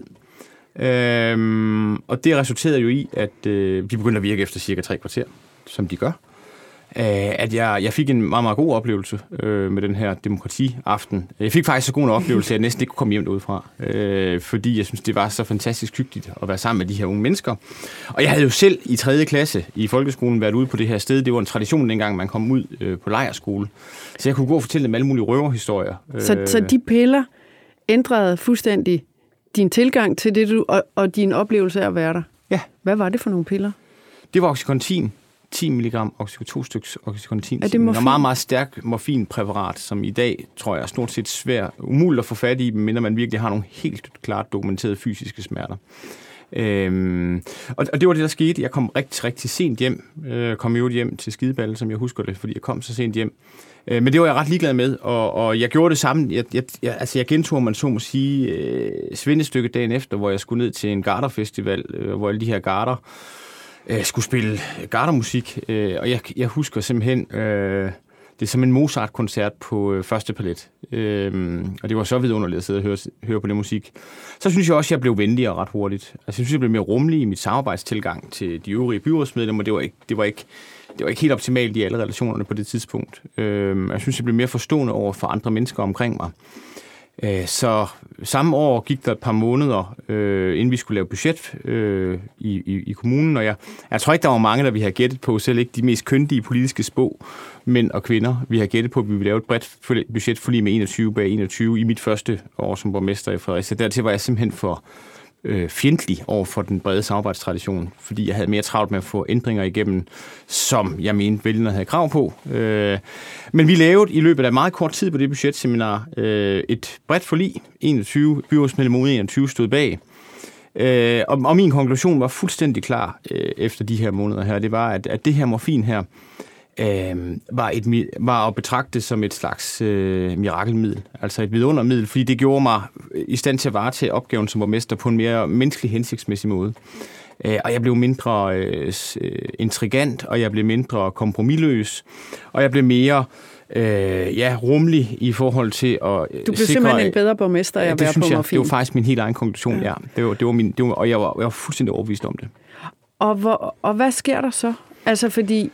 Øhm, og det resulterede jo i, at øh, de begyndte at virke efter cirka tre kvarter, som de gør. At jeg, jeg fik en meget, meget god oplevelse øh, med den her demokratiaften. Jeg fik faktisk så god en oplevelse, at jeg næsten ikke kunne komme hjem derudfra, øh, fordi jeg synes, det var så fantastisk hyggeligt at være sammen med de her unge mennesker. Og jeg havde jo selv i tredje klasse i folkeskolen været ude på det her sted. Det var en tradition, dengang man kom ud øh, på lejrskole. Så jeg kunne gå og fortælle dem alle mulige røverhistorier. Så, så de piller ændrede fuldstændig din tilgang til det, du, og, og din oplevelse af at være der? Ja. Hvad var det for nogle piller? Det var Oxycontin. ti milligram oxy, to stykker Oxycontin. Er det morfin? Og meget, meget stærk morfinpræparat, som i dag, tror jeg, er stort set svært, umuligt at få fat i, medmindre man virkelig har nogle helt klart dokumenterede fysiske smerter. Øhm, og, og det var det, der skete. Jeg kom rigtig, rigtig sent hjem. Øh, kom jo hjem til Skideballe, som jeg husker det, fordi jeg kom så sent hjem. Øh, men det var jeg ret ligeglad med, og, og jeg gjorde det samme. Jeg, jeg, jeg, altså jeg gentog, man så må sige, øh, svindestykket dagen efter, hvor jeg skulle ned til en garderfestival, øh, hvor alle de her garder øh, skulle spille gardermusik. Øh, og jeg, jeg husker simpelthen... Øh, Det er som en Mozart-koncert på øh, første palet. Øhm, og det var så vidunderligt at sidde og høre, høre på det musik. Så synes jeg også, at jeg blev venligere ret hurtigt. Altså, jeg synes, jeg blev mere rummelig i mit samarbejdstilgang til de øvrige byrådsmedlemmer. Det var ikke, det var ikke, det var ikke helt optimalt i alle relationerne på det tidspunkt. Øhm, jeg synes, jeg blev mere forstående over for andre mennesker omkring mig. Øh, så samme år gik der et par måneder, øh, inden vi skulle lave budget øh, i, i, i kommunen. Og jeg, jeg tror ikke, der var mange, der vi har gættet på, selv ikke de mest kyndige politiske spå, mænd og kvinder. Vi har gættet på, at vi ville lave et bredt budgetforlig med enogtyve bag enogtyve i mit første år som borgmester i Fredericia. Dertil var jeg simpelthen for øh, fjendtlig over for den brede samarbejdstradition, fordi jeg havde mere travlt med at få ændringer igennem, som jeg mente, vælgerne havde krav på. Øh, men vi lavede i løbet af meget kort tid på det budgetseminar øh, et bredt forlig. enogtyve byrådsmedlemmer mod enogtyve stod bag. Øh, og, og min konklusion var fuldstændig klar øh, efter de her måneder her. Det var, at, at det her morfin her øh, var, et, var at betragte som et slags øh, mirakelmiddel. Altså et vidundermiddel, fordi det gjorde mig i stand til at varetage opgaven som borgmester på en mere menneskelig, hensigtsmæssig måde. Øh, og jeg blev mindre øh, intrigant, og jeg blev mindre kompromisløs, og jeg blev mere... Øh, ja, rummelig i forhold til at Du blev sikre, simpelthen en bedre borgmester af ja, at være på jeg, morfin. Det var faktisk min helt egen konklusion, ja. ja. Det var, det var min, det var, og jeg var, jeg var fuldstændig overbevist om det. Og, hvor, og hvad sker der så? Altså, fordi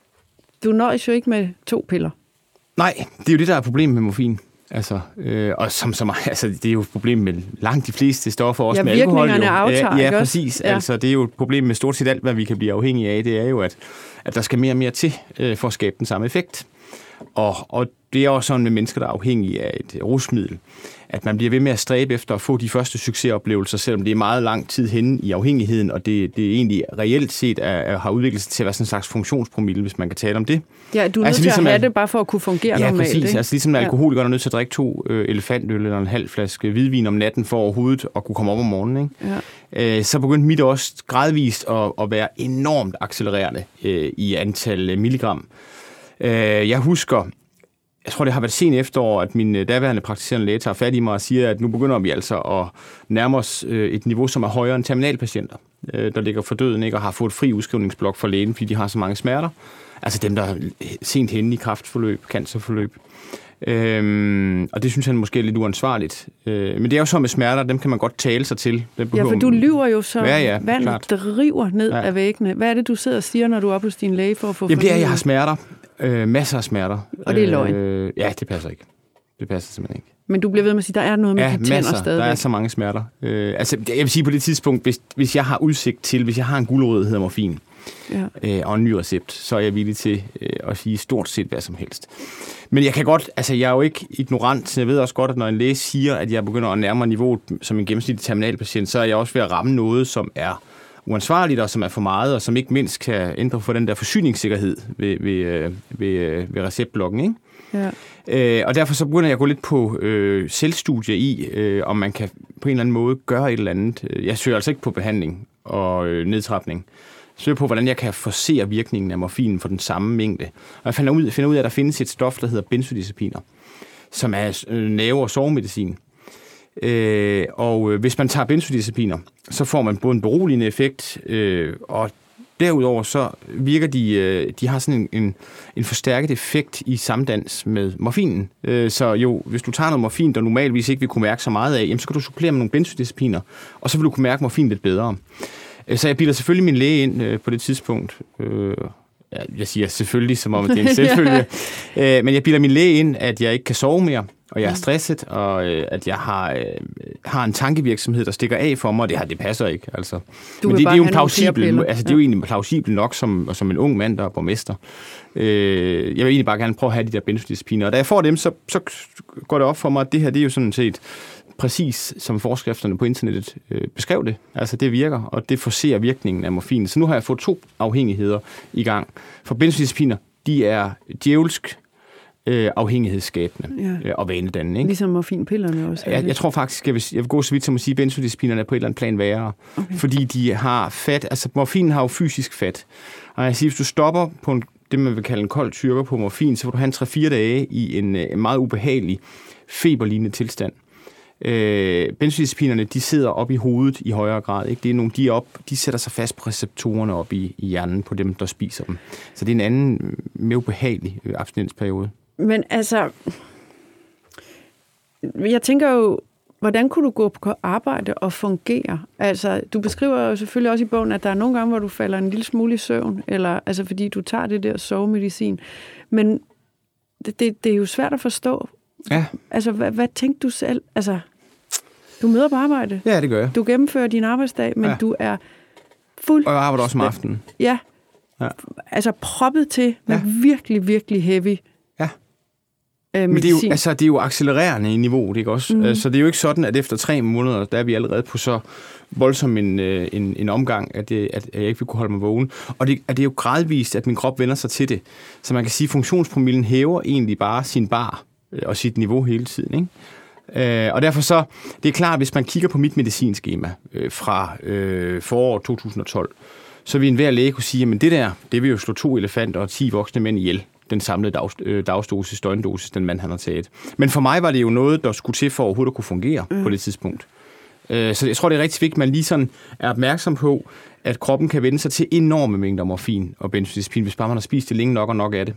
du nøjes jo ikke med to piller. Nej, det er jo det, der er problemet med morfin. Altså, øh, og som, som, altså, det er jo et problem med langt de fleste stoffer, også ja, med alkohol. Virkningerne aftager, ja, ja, ikke præcis. Ja. Altså, det er jo et problem med stort set alt, hvad vi kan blive afhængige af. Det er jo, at, at der skal mere og mere til øh, for at skabe den samme effekt. Og, og det er også sådan med mennesker, der er afhængige af et rusmiddel, at man bliver ved med at stræbe efter at få de første succesoplevelser, selvom det er meget lang tid henne i afhængigheden, og det, det egentlig reelt set er, er, har udviklet sig til at være sådan en slags funktionspromille, hvis man kan tale om det. Ja, du er altså, nødt ligesom til at have at, det bare for at kunne fungere ja, normalt. Ja, præcis. Ikke? Altså ligesom en alkoholiker er nødt til at drikke to øh, elefantøl eller en halv flaske hvidvin om natten for overhovedet at kunne komme op om morgenen. Ikke? Ja. Øh, så begyndte mit også gradvist at, at være enormt accelererende øh, i antal milligram. Øh, jeg husker... Jeg tror, det har været sent efterår, at min daværende praktiserende læge tager fat i mig og siger, at nu begynder vi altså at nærme os et niveau, som er højere end terminalpatienter, der ligger for døden, ikke, og har fået fri udskrivningsblok for lægen, fordi de har så mange smerter. Altså dem, der er sent henne i kræftforløb, cancerforløb. Øhm, og det synes han måske er lidt uansvarligt. Øh, men det er jo så med smerter, dem kan man godt tale sig til. Ja, for du lyver jo så, ja, ja, vandet klart. driver ned ja. af væggene. Hvad er det, du sidder og siger, når du er oppe hos din læge for at få... Jamen det er, at jeg har smerter. Øh, masser af smerter. Og det er løgn? Øh, ja, det passer ikke. Det passer simpelthen ikke. Men du bliver ved med at sige, at der er noget med ja, de tænder masser. stadigvæk. Der er så mange smerter. Øh, altså, jeg vil sige på det tidspunkt, hvis, hvis jeg har udsigt til, hvis jeg har en gulerod, der hedder morfin, ja. øh, og en ny recept, så er jeg villig til øh, at sige stort set hvad som helst. Men jeg kan godt, altså jeg er jo ikke ignorant, så jeg ved også godt, at når en læge siger, at jeg begynder at nærme niveauet som en gennemsnitlig terminalpatient, så er jeg også ved at ramme noget, som er uansvarligt, og som er for meget, og som ikke mindst kan ændre for den der forsyningssikkerhed ved, ved, ved, ved receptblokken, ikke? Ja. Øh, og derfor så begynder jeg at gå lidt på øh, selvstudie i, øh, om man kan på en eller anden måde gøre et eller andet. Jeg søger altså ikke på behandling og øh, nedtrapning. Jeg søger på, hvordan jeg kan forsere virkningen af morfinen for den samme mængde. Og jeg finder ud, finder ud af, at der findes et stof, der hedder benzodiazepiner, som er øh, nerve- og sovemedicin. Øh, og øh, hvis man tager benzodiazepiner, så får man både en beroligende effekt, øh, og derudover så virker de, øh, de har sådan en, en, en forstærket effekt i samdans med morfinen. Øh, så jo, hvis du tager noget morfin, der normalvis ikke vil kunne mærke så meget af, jamen, så kan du supplere med nogle benzodiazepiner, og så vil du kunne mærke morfin lidt bedre. Øh, så jeg bilder selvfølgelig min læge ind øh, på det tidspunkt. Øh, jeg siger selvfølgelig, som om det er en selvfølge. øh, men jeg bilder min læge ind, at jeg ikke kan sove mere, og jeg er stresset, og øh, at jeg har, øh, har en tankevirksomhed, der stikker af for mig, og det, her, det passer ikke. Altså. Men det, det, er jo plausibel, altså, det er jo egentlig plausibel nok som, som en ung mand, der er borgmester. Øh, jeg vil egentlig bare gerne prøve at have de der benzodiazepiner, og da jeg får dem, så, så går det op for mig, at det her det er jo sådan set præcis som forskrifterne på internettet øh, beskrev det. Altså det virker, og det forcerer virkningen af morfin. Så nu har jeg fået to afhængigheder i gang. For benzodiazepiner, de er djævelsk øh, afhængighedsskabende ja. øh, og vanedannende. Ikke? Ligesom morfinpillerne også. Jeg, jeg tror faktisk, jeg vil, jeg vil gå så vidt som at sige, at benzodiazepinerne er på et eller andet plan værre. Okay. Fordi de har fat, altså morfinen har jo fysisk fat. Og jeg siger, hvis du stopper på en, det, man vil kalde en kold tyrker på morfin, så vil du have en tre fire dage i en, en meget ubehagelig feberlignende tilstand. Øh, benzodiazepinerne, de sidder op i hovedet i højere grad. Ikke? Det er nogle, de, op, de sætter sig fast på receptorerne op i, i hjernen på dem, der spiser dem. Så det er en anden, mere ubehagelig øh, abstinensperiode. Men altså, jeg tænker jo, hvordan kunne du gå på arbejde og fungere? Altså, du beskriver jo selvfølgelig også i bogen, at der er nogle gange, hvor du falder en lille smule i søvn, eller, altså fordi du tager det der sovemedicin. Men det, det, det er jo svært at forstå. Ja. Altså, hvad, hvad tænkte du selv? Altså, du møder på arbejde. Ja, det gør jeg. Du gennemfører din arbejdsdag, men ja. du er fuld... Og jeg arbejder også om aftenen. Ja. ja. Altså, proppet til med ja. virkelig, virkelig heavy ja. øh, Men det er, jo, altså, det er jo accelererende i niveauet, ikke også? Mm. Så det er jo ikke sådan, at efter tre måneder, der er vi allerede på så voldsom en, en, en omgang, at, det, at jeg ikke vil kunne holde mig vågen. Og det, at det er jo gradvist, at min krop vender sig til det. Så man kan sige, at funktionspromillen hæver egentlig bare sin bar og sit niveau hele tiden, ikke? Øh, og derfor så, det er klart, hvis man kigger på mit medicinskema øh, fra øh, foråret to tusind og tolv, så vil enhver læge kunne sige, at det der, det vil jo slå to elefanter og ti voksne mænd ihjel, den samlede dag, øh, dagsdosis, døgndosis, den mand han har taget. Men for mig var det jo noget, der skulle til for overhovedet at kunne fungere mm. på det tidspunkt. Øh, så jeg tror, det er rigtig vigtigt, at man lige sådan er opmærksom på, at kroppen kan vende sig til enorme mængder morfin og benzodiazepin, hvis bare man har spist det længe nok og nok af det.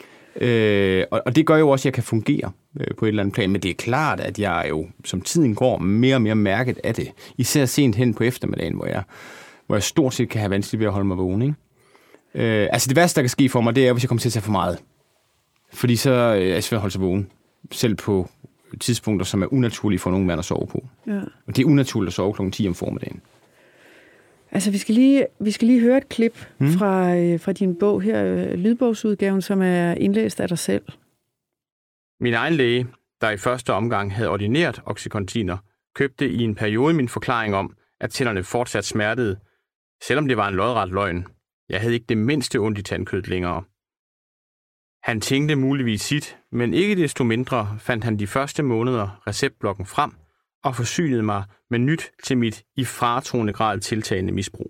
Øh, og, og det gør jo også, at jeg kan fungere øh, på et eller andet plan. Men det er klart, at jeg jo, som tiden går, mere og mere mærket af det. Især sent hen på eftermiddagen, hvor jeg, hvor jeg stort set kan have vanskeligt ved at holde mig vågen. Ikke? Øh, altså det værste, der kan ske for mig, det er, hvis jeg kommer til at tage for meget. Fordi så er jeg svært at holde sig vågen. Selv på tidspunkter, som er unaturlige for nogen mand at sove på. Ja. Og det er unaturligt at sove klokken ti om formiddagen. Altså, vi skal lige, vi skal lige høre et klip hmm. fra, øh, fra din bog her, lydbogsudgaven, som er indlæst af dig selv. Min egen læge, der i første omgang havde ordineret oxycontiner, købte i en periode min forklaring om, at tænderne fortsat smertede, selvom det var en lodret løgn. Jeg havde ikke det mindste ondt i tandkødet længere. Han tænkte muligvis sit, men ikke desto mindre fandt han de første måneder receptblokken frem og forsynede mig med nyt til mit i faretruende grad tiltagende misbrug.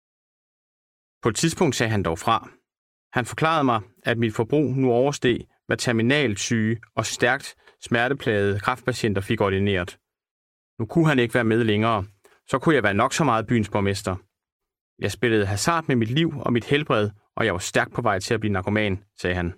På et tidspunkt sagde han dog fra. Han forklarede mig, at mit forbrug nu oversteg, hvad terminalt syge og stærkt smerteplagede kræftpatienter fik ordineret. Nu kunne han ikke være med længere, så kunne jeg være nok så meget byens borgmester. Jeg spillede hasard med mit liv og mit helbred, og jeg var stærkt på vej til at blive narkoman, sagde han.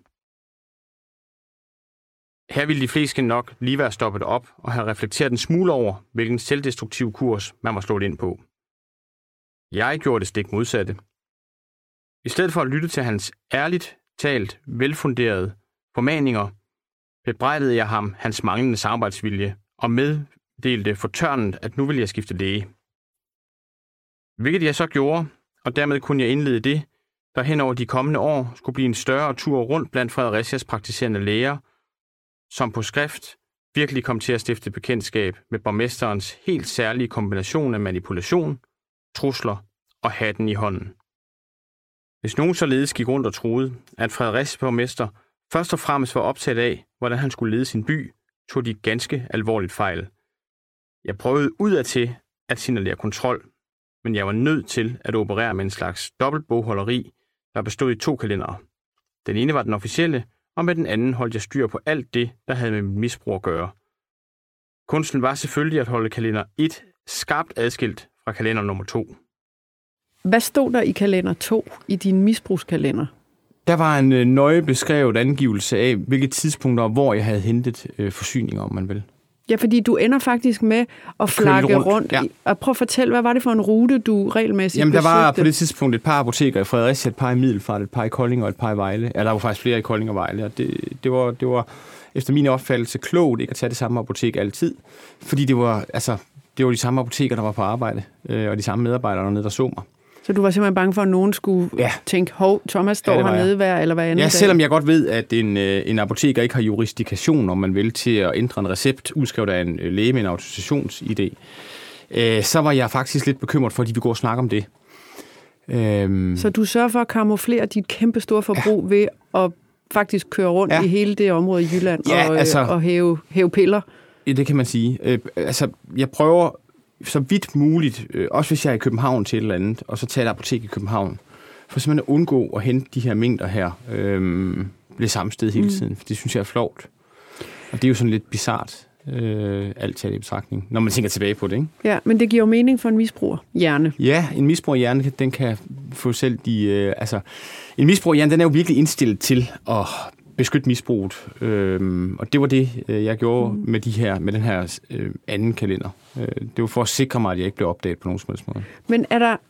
Her ville de fleste nok lige være stoppet op og have reflekteret en smule over, hvilken selvdestruktiv kurs man var slået ind på. Jeg gjorde det stik modsatte. I stedet for at lytte til hans ærligt talt, velfunderede formaninger, bebrejdede jeg ham hans manglende samarbejdsvilje og meddelte fortørnet, at nu ville jeg skifte læge. Hvilket jeg så gjorde, og dermed kunne jeg indlede det, der hen over de kommende år skulle blive en større tur rundt blandt Frederiциas praktiserende læger, som på skrift virkelig kom til at stifte bekendtskab med borgmesterens helt særlige kombination af manipulation, trusler og hatten i hånden. Hvis nogen således gik rundt og troede, at Fredericis borgmester først og fremmest var optaget af, hvordan han skulle lede sin by, tog de ganske alvorligt fejl. Jeg prøvede udadtil at signalere kontrol, men jeg var nødt til at operere med en slags dobbeltbogholderi, der bestod i to kalendere. Den ene var den officielle, og med den anden holdt jeg styr på alt det, der havde med mit misbrug at gøre. Kunsten var selvfølgelig at holde kalender et skarpt adskilt fra kalender nummer to. Hvad stod der i kalender to, i din misbrugskalender? Der var en øh, nøje beskrevet angivelse af, hvilke tidspunkter, hvor jeg havde hentet øh, forsyninger, om man vil. Ja, fordi du ender faktisk med at flakke rundt. rundt. Ja. Og prøv at fortælle, hvad var det for en rute, du regelmæssigt Jamen, der besøgte? var på det tidspunkt et par apoteker i Fredericia, et par i Middelfart, et par i Kolding og et par i Vejle. Ja, der var faktisk flere i Kolding og Vejle, og det, det, var, det var efter min opfattelse klogt ikke at tage det samme apotek altid, fordi det var, altså, det var de samme apoteker, der var på arbejde, øh, og de samme medarbejdere dernede, der så mig. Så du var simpelthen bange for, at nogen skulle ja. tænke, hov, Thomas står ja, hernede hver eller hver anden ja, dag? Ja, selvom jeg godt ved, at en, en apoteker ikke har jurisdikation, om man vil, til at ændre en recept, udskrevet af en læge med en autorisationsidé, øh, så var jeg faktisk lidt bekymret for, at de ville gå og snakke om det. Øhm, så du sørger for at kamuflere dit kæmpe store forbrug ja. ved at faktisk køre rundt Ja. i hele det område i Jylland Ja, og, altså- øh, og hæve, hæve piller. Ja, det kan man sige. Øh, altså, jeg prøver så vidt muligt, øh, også hvis jeg er i København til et eller andet, og så tager et apotek i København, for simpelthen at undgå at hente de her mængder her, øh, bliver samme sted hele tiden, mm. for det synes jeg er flovt. Og det er jo sådan lidt bizart, øh, alt taget i betragtning, når man tænker tilbage på det, ikke? Ja, men det giver jo mening for en misbruger hjerne. Ja, en misbrugerhjerne, den kan få selv de... Øh, altså, en misbrugerhjerne, den er jo virkelig indstillet til at beskytte misbruget. Øhm, og det var det, jeg gjorde mm. med, de her, med den her øh, anden kalender. Øh, det var for at sikre mig, at jeg ikke blev opdaget på nogen som helst måde. Men er der...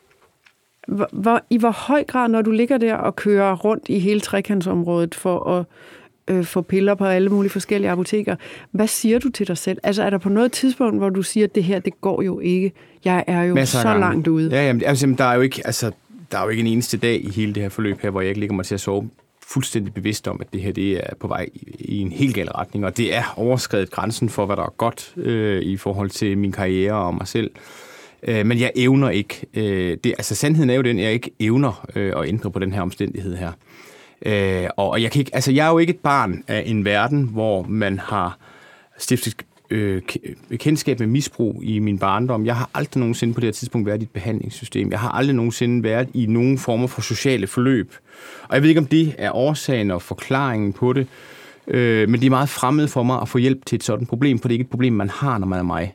Hvor, hvor, I hvor høj grad, når du ligger der og kører rundt i hele trekantsområdet for at øh, få piller på alle mulige forskellige apoteker, hvad siger du til dig selv? Altså er der på noget tidspunkt, hvor du siger, at det her, det går jo ikke. Jeg er jo Masser så langt ude. Ja, jamen, altså, der er jo ikke, altså, der er jo ikke en eneste dag i hele det her forløb her, hvor jeg ikke ligger mig til at sove fuldstændig bevidst om, at det her det er på vej i en helt gal retning, og det er overskredet grænsen for, hvad der er godt øh, i forhold til min karriere og mig selv. Øh, men jeg evner ikke. Øh, det, altså sandheden er jo den, at jeg ikke evner øh, at ændre på den her omstændighed her. Øh, og jeg kan ikke, altså jeg er jo ikke et barn af en verden, hvor man har stiftet øh, kendskab med misbrug i min barndom. Jeg har aldrig nogensinde på det her tidspunkt været i et behandlingssystem. Jeg har aldrig nogensinde været i nogen former for sociale forløb. Og jeg ved ikke, om det er årsagen og forklaringen på det, øh, men det er meget fremmed for mig at få hjælp til et sådan problem, for det er ikke et problem, man har, når man er mig.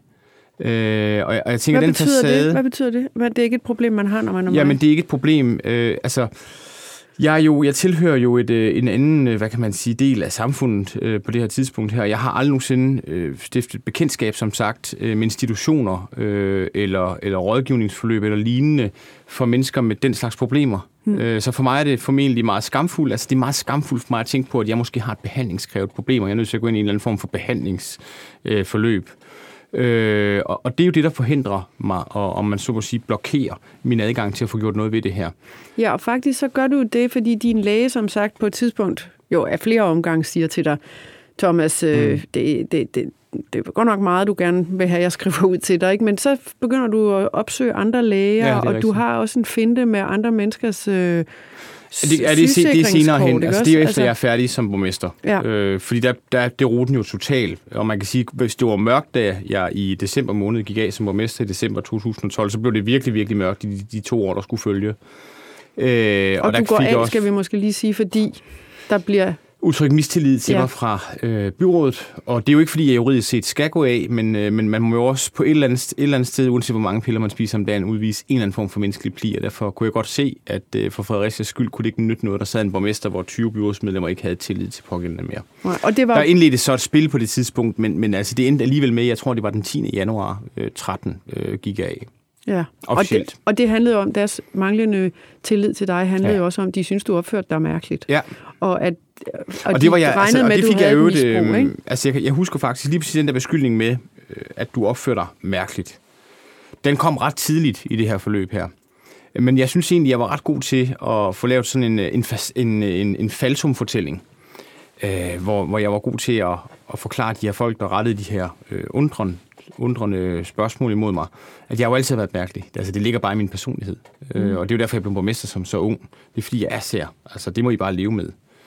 Øh, og, jeg, og jeg tænker, Hvad den betyder facade, det? Hvad betyder det? Det er ikke et problem, man har, når man er mig? Jamen, det er ikke et problem. Øh, altså... Jeg, er jo, jeg tilhører jo et, en anden, hvad kan man sige, del af samfundet øh, på det her tidspunkt her. Jeg har aldrig nogensinde øh, stiftet bekendtskab, som sagt, øh, med institutioner øh, eller, eller rådgivningsforløb eller lignende for mennesker med den slags problemer. Hmm. Øh, så for mig er det formentlig meget skamfuldt. Altså det er meget skamfuldt for mig at tænke på, at jeg måske har et behandlingskrævet problem, og jeg er nødt til at gå ind i en eller anden form for behandlingsforløb. Øh, Øh, og, og det er jo det, der forhindrer mig, og om man så må sige blokerer min adgang til at få gjort noget ved det her. Ja, og faktisk så gør du det, fordi din læge, som sagt, på et tidspunkt, jo af flere omgange siger til dig, Thomas, øh, mm. det, det, det, det er godt nok meget, du gerne vil have, jeg skriver ud til dig, ikke? Men så begynder du at opsøge andre læger, ja, og rigtigt. Du har også en finte med andre menneskers øh, Er det, er det, det er senere hen. Altså, det er jo efter, altså, jeg er færdig som borgmester. Ja. Øh, fordi der, der det ruten jo totalt. Og man kan sige, hvis det var mørkt, da jeg i december måned gik af som borgmester i december to tusind og tolv, så blev det virkelig, virkelig mørkt i de, de to år, der skulle følge. Øh, og, og der du går af, også, skal vi måske lige sige, fordi der bliver... udtryk mistillid til ja. mig fra øh, byrådet, og det er jo ikke, fordi jeg juridisk set skal gå af, men, øh, men man må jo også på et eller, andet, et eller andet sted, uanset hvor mange piller man spiser om dagen, udvise en eller anden form for menneskelig pli, og derfor kunne jeg godt se, at øh, for Frederiциas skyld kunne det ikke nytte noget, der sad en borgmester, hvor tyve byrådsmedlemmer ikke havde tillid til pågældende mere. Nej, og det var... Der indledte så et spil på det tidspunkt, men, men altså, det endte alligevel med, jeg tror, det var den tiende januar øh, tretten øh, gik jeg af. Ja, og det, og det handlede om, deres manglende tillid til dig handlede ja. jo også om, de synes du opførte dig mærkeligt. Ja. Og at og, og de det var jeg, regnede altså, med, og det at fik du jeg havde øvrigt, misbrug, ikke? Altså jeg, jeg husker faktisk lige præcis den der beskyldning med, at du opfører dig mærkeligt. Den kom ret tidligt i det her forløb her. Men jeg synes egentlig, jeg var ret god til at få lavet sådan en, en, en, en, en falsumfortælling, øh, hvor, hvor jeg var god til at, at forklare de her folk, der rettede de her øh, undrende, undrende spørgsmål imod mig, at jeg jo altid har været mærkelig. Altså, det ligger bare i min personlighed. Mm. Øh, og det er jo derfor, jeg blev borgmester som så ung. Det er fordi, jeg er sær. Altså, det må I bare leve med.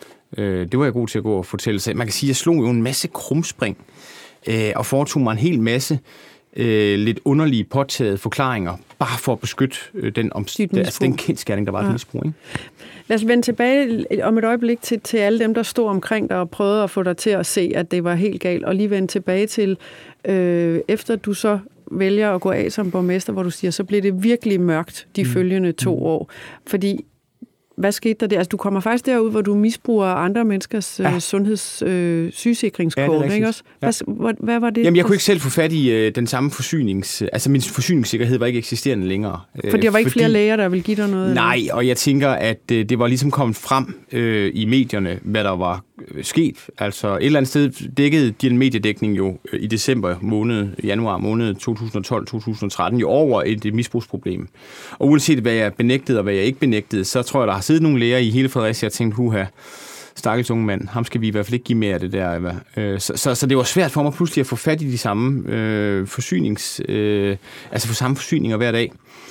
Øh, det var jeg god til at gå og fortælle sig. Man kan sige, at jeg slog jo en masse krumspring øh, og foretog mig en hel masse øh, lidt underlige påtagede forklaringer, bare for at beskytte øh, den, omst- altså, den kendsgerning, der var ja. et misbrug. Ikke? Lad os vende tilbage om et øjeblik til, til alle dem, der stod omkring dig og prøvede at få dig til at se, at det var helt galt, og lige vende tilbage til, øh, efter du så vælger at gå af som borgmester, hvor du siger, så bliver det virkelig mørkt de mm. følgende to mm. år. Fordi, hvad skete der der? Altså, du kommer faktisk derud, hvor du misbruger andre menneskers ja. øh, sundheds øh, sygesikringskort, ja, ikke også? Hvad, ja. hvad, hvad var det? Jamen, jeg kunne ikke selv få fat i øh, den samme forsynings... Altså, min forsyningssikkerhed var ikke eksisterende længere. Øh, For der var ikke fordi, flere læger, der ville give dig noget? Nej, eller? Og jeg tænker, at øh, det var ligesom kommet frem øh, i medierne, hvad der var øh, sket. Altså, et eller andet sted dækkede din mediedækning jo øh, i december måned, januar måned to tusind og tolv til to tusind og tretten jo over et, et misbrugsproblem. Og uanset hvad jeg benægtede og hvad jeg ikke benægtede, så tror jeg, der har siddet nogle læger i hele Fredericia og tænkt, huha, stakkels unge mand, ham skal vi i hvert fald ikke give mere af det der. Øh, så, så, så det var svært for mig pludselig at få fat i de samme øh, forsynings... Øh, altså få samme forsyninger hver dag.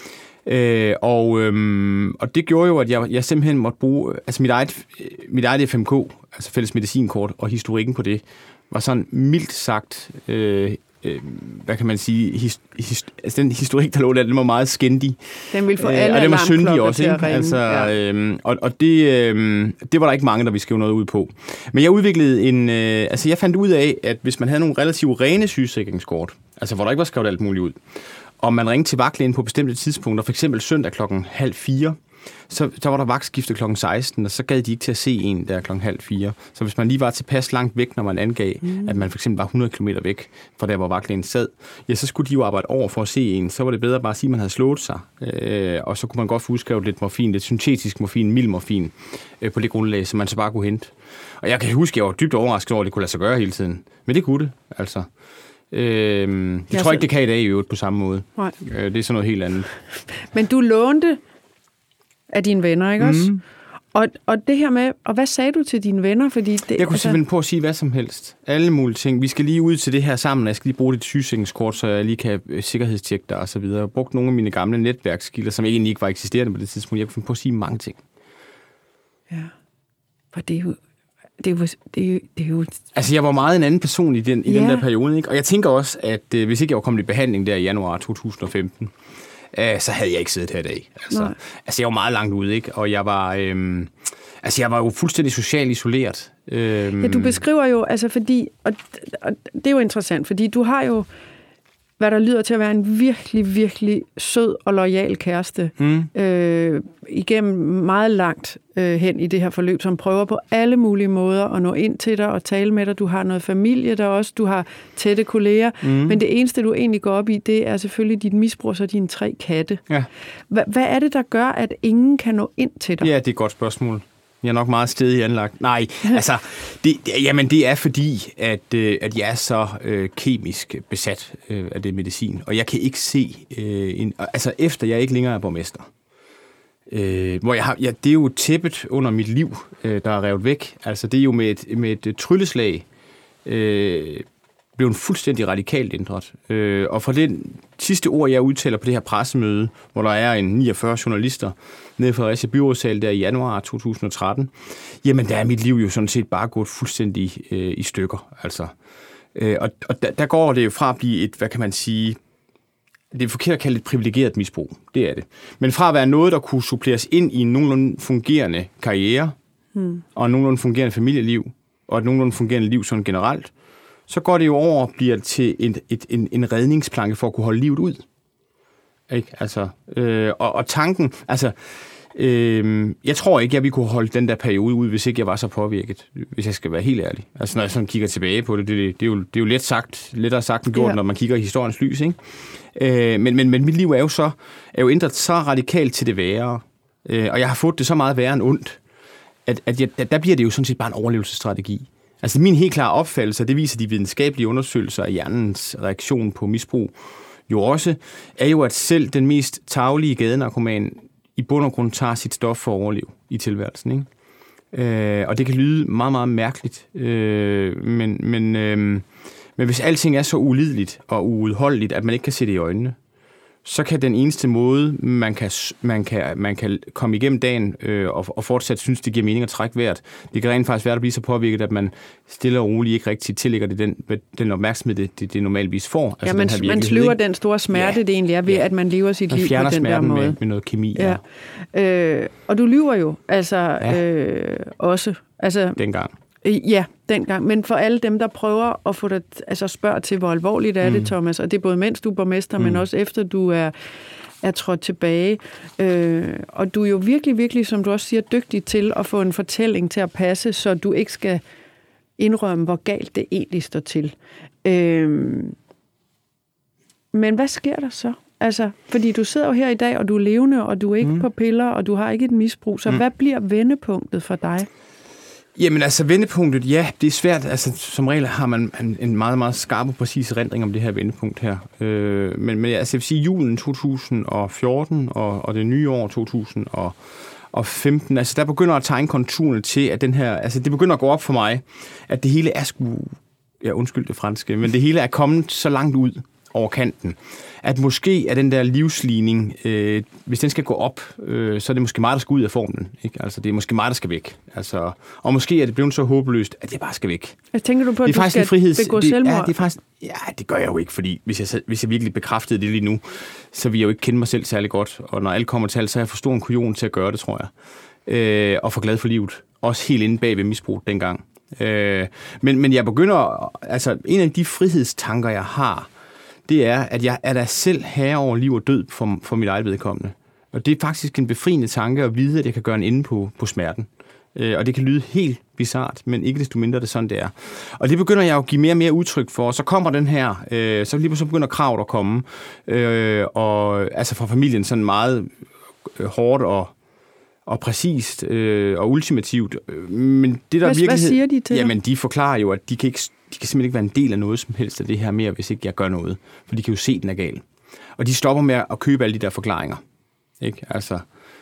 Øh, og, øhm, og det gjorde jo, at jeg, jeg simpelthen måtte bruge, altså mit eget, mit eget F M K, altså fælles medicinkort, og historikken på det, var sådan mildt sagt, øh, øh, hvad kan man sige, his, his, altså den historik, der lå der, den var meget skændig. Den ville få alle øh, og den var syndig også, til at ikke? ringe. Altså, ja. øh, og og det, øh, det var der ikke mange, der ville skrive noget ud på. Men jeg udviklede en, øh, altså jeg fandt ud af, at hvis man havde nogle relativt rene sygesikringskort, altså hvor der ikke var skrevet alt muligt ud, og man ringte til vagtlægen på bestemte tidspunkter, for eksempel søndag klokken halv fire, så der var der vagtskifte klokken seksten, og så gad de ikke til at se en der klokken halv fire. Så hvis man lige var tilpas langt væk, når man angav, mm. at man for eksempel var hundrede kilometer væk fra der, hvor vagtlægen sad, ja, så skulle de jo arbejde over for at se en. Så var det bedre bare at sige, at man havde slået sig, øh, og så kunne man godt få udskrevet lidt morfin, lidt syntetisk morfin, mild morfin, øh, på det grundlag, som man så bare kunne hente. Og jeg kan huske, at jeg var dybt overrasket over, at det kunne lade sig gøre hele tiden. Men det kunne det, altså. Øh, jeg ja, tror ikke, det kan i dag i øvrigt på samme måde. Nej. Øh, det er sådan noget helt andet. Men du lånte af dine venner, ikke også? Mm. Og, og det her med, og hvad sagde du til dine venner? Fordi det, jeg kunne altså... simpelthen på at sige hvad som helst. Alle mulige ting. Vi skal lige ud til det her sammen, jeg skal lige bruge dit sygesikringskort, så jeg lige kan sikkerhedstjekke dig og så videre. Jeg brugte nogle af mine gamle netværkskilder, som egentlig ikke var eksisterende på det tidspunkt. Jeg kunne finde på at sige mange ting. Ja, for det er jo... Det er jo, det er jo, det er jo... Altså, jeg var meget en anden person i den, i ja. den der periode, ikke? Og jeg tænker også, at øh, hvis ikke jeg var kommet i behandling der i januar to tusind og femten, øh, så havde jeg ikke siddet her i dag. Altså, altså jeg var meget langt ude, ikke? Og jeg var, øh, altså, jeg var jo fuldstændig socialt isoleret. Øh, ja, du beskriver jo, altså fordi, og, og det er jo interessant, fordi du har jo, hvad der lyder til at være en virkelig, virkelig sød og loyal kæreste, mm. øh, igennem meget langt øh, hen i det her forløb, som prøver på alle mulige måder at nå ind til dig og tale med dig. Du har noget familie der også, du har tætte kolleger, mm. men det eneste, du egentlig går op i, det er selvfølgelig dit misbrug og dine tre katte. Ja. Hva, hvad er det, der gør, at ingen kan nå ind til dig? Ja, det er et godt spørgsmål. Jeg er nok meget stedig anlagt. Nej, altså, det, jamen det er fordi, at, at jeg er så øh, kemisk besat øh, af det medicin, og jeg kan ikke se, øh, en, altså efter jeg ikke længere er borgmester, øh, hvor jeg har, ja, det er jo tæppet under mit liv, øh, der er revet væk. Altså det er jo med et, med et trylleslag øh, blevet fuldstændig radikalt ændret. Øh, og for den sidste ord, jeg udtaler på det her pressemøde, hvor der er en niogfyrre journalister nede i Fredericia Byrådssal der i januar to tusind og tretten, jamen der er mit liv jo sådan set bare gået fuldstændig øh, i stykker. Altså. Øh, og og der, der går det jo fra at blive et, hvad kan man sige, det er forkert at kalde det et privilegeret misbrug, det er det. Men fra at være noget, der kunne suppleres ind i en nogenlunde fungerende karriere, hmm. og en nogenlunde fungerende familieliv, og et nogenlunde fungerende liv sådan generelt, så går det jo over og bliver til en, et, en, en redningsplanke for at kunne holde livet ud. Ikke? Altså, øh, og, og tanken, altså, øh, jeg tror ikke, jeg ville kunne holde den der periode ud, hvis ikke jeg var så påvirket, hvis jeg skal være helt ærlig. Altså, når jeg sådan kigger tilbage på det, det, det, er, jo, det er jo let sagt, lettere sagt end gjort, ja. Når man kigger i historiens lys, ikke? Øh, men, men, men mit liv er jo så, er jo ændret så radikalt til det værre, øh, og jeg har fået det så meget værre end ondt, at, at jeg, der bliver det jo sådan set bare en overlevelsesstrategi. Altså min helt klare opfattelse, og det viser de videnskabelige undersøgelser af hjernens reaktion på misbrug, jo også, er jo, at selv den mest tarvelige gadenarkoman i bund og grund tager sit stof for at overleve i tilværelsen. Ikke? Øh, og det kan lyde meget, meget mærkeligt, øh, men, men, øh, men hvis alting er så ulideligt og uudholdeligt, at man ikke kan se det i øjnene, så kan den eneste måde, man kan, man kan, man kan komme igennem dagen øh, og, og fortsat synes, det giver mening at trække vejret. Det kan rent faktisk være at blive så påvirket, at man stille og roligt ikke rigtig tillægger det den, den opmærksomhed, det, det, det normalvis får. Altså ja, man, man sløver den store smerte, ja. Det egentlig er ved, ja. At man lever sit man liv på den der måde. Man fjerner smerten med, med noget kemi. Ja. Ja. Øh, og du lyver jo altså ja. øh, også. Altså, dengang. Ja, dengang. Men for alle dem, der prøver at få dig, altså spørge til, hvor alvorligt er det, mm. Thomas, og det er både mens du er borgmester, mm. men også efter du er, er trådt tilbage. Øh, og du er jo virkelig, virkelig, som du også siger, dygtig til at få en fortælling til at passe, så du ikke skal indrømme, hvor galt det egentlig står til. Øh, men hvad sker der så? Altså, fordi du sidder jo her i dag, og du er levende, og du er ikke mm. på piller, og du har ikke et misbrug. Så mm. hvad bliver vendepunktet for dig? Jamen altså, vendepunktet, ja, det er svært. Altså, som regel har man en meget, meget skarp og præcis erindring om det her vendepunkt her. Øh, men, men altså, jeg vil sige, julen to tusind og fjorten og, og det nye år to tusind og femten, altså, der begynder at tegne konturerne til, at den her, altså, det begynder at gå op for mig, at det hele er sgu, ja, undskyld det franske, men det hele er kommet så langt ud, over kanten. At måske er den der livsligning, øh, hvis den skal gå op, øh, så er det måske mig, der skal ud af formen. Ikke? Altså, det er måske mig, der skal væk. Altså, og måske er det blevet så håbløst, at jeg bare skal væk. Jeg tænker du på, at det er du skal friheds... begå det, selvmord? Ja, det er faktisk... ja, det gør jeg jo ikke, fordi hvis jeg, hvis jeg virkelig bekræftede det lige nu, så vil jeg jo ikke kende mig selv særlig godt. Og når alt kommer til alt, så er jeg for stor en kujon til at gøre det, tror jeg. Øh, og for glad for livet. Også helt inde bag ved misbrug dengang. Øh, men, men jeg begynder... Altså, en af de frihedstanker, jeg har, det er, at jeg er da selv herre over liv og død for, for mit eget vedkommende. Og det er faktisk en befriende tanke at vide, at jeg kan gøre en ende på, på smerten. Øh, og det kan lyde helt bizart, men ikke desto mindre det sådan, det er. Og det begynder jeg jo at give mere og mere udtryk for, og så kommer den her, øh, så lige pludselig begynder kravet at komme, øh, og altså fra familien sådan meget øh, hårdt og, og præcist øh, og ultimativt. Men det der hvad, virkelighed, hvad siger de til jamen, de forklarer jo, at de kan ikke De kan simpelthen ikke være en del af noget som helst af det her mere, hvis ikke jeg gør noget. For de kan jo se, at den er gal. Og de stopper med at købe alle de der forklaringer. Ikke? Altså,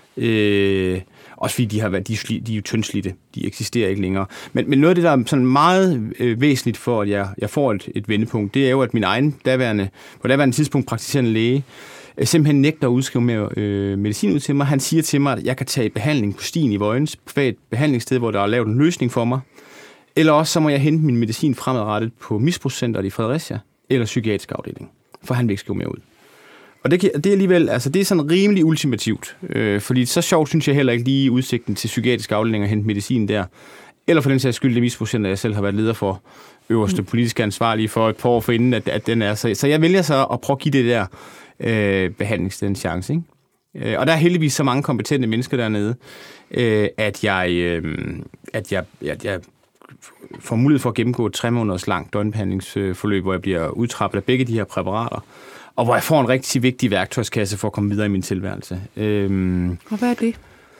øh, også fordi de, har været, de, er, de er jo tyndslidte. De eksisterer ikke længere. Men, men noget af det, der er sådan meget øh, væsentligt for, at jeg, jeg får et, et vendepunkt, det er jo, at min egen daværende, på daværende tidspunkt praktiserende læge øh, simpelthen nægter at udskrive mere øh, medicin ud til mig. Han siger til mig, at jeg kan tage behandling på Stien i Vojens, på et behandlingssted, hvor der er lavet en løsning for mig. Eller også så må jeg hente min medicin fremadrettet på misbrugscenteret i Fredericia eller psykiatrisk afdeling, for han vil ikke skrive mere ud. Og det, det er alligevel, altså det er sådan rimelig ultimativt, øh, fordi så sjovt synes jeg heller ikke lige udsigten til psykiatrisk afdeling at hente medicin der, eller for den sags skyld det misbrugscenter, jeg selv har været leder for, øverste mm. politisk ansvarlige for et par år forinden, at, at den er. Så, så jeg vælger så at prøve at give det der øh, behandlingssted en chance, ikke? Øh, og der er heldigvis så mange kompetente mennesker dernede, øh, at jeg, øh, at jeg, at jeg får mulighed for at gennemgå et tre måneders langt døgnbehandlingsforløb, hvor jeg bliver udtrappet af begge de her præparater, og hvor jeg får en rigtig vigtig værktøjskasse for at komme videre i min tilværelse. Øhm, og hvad er det?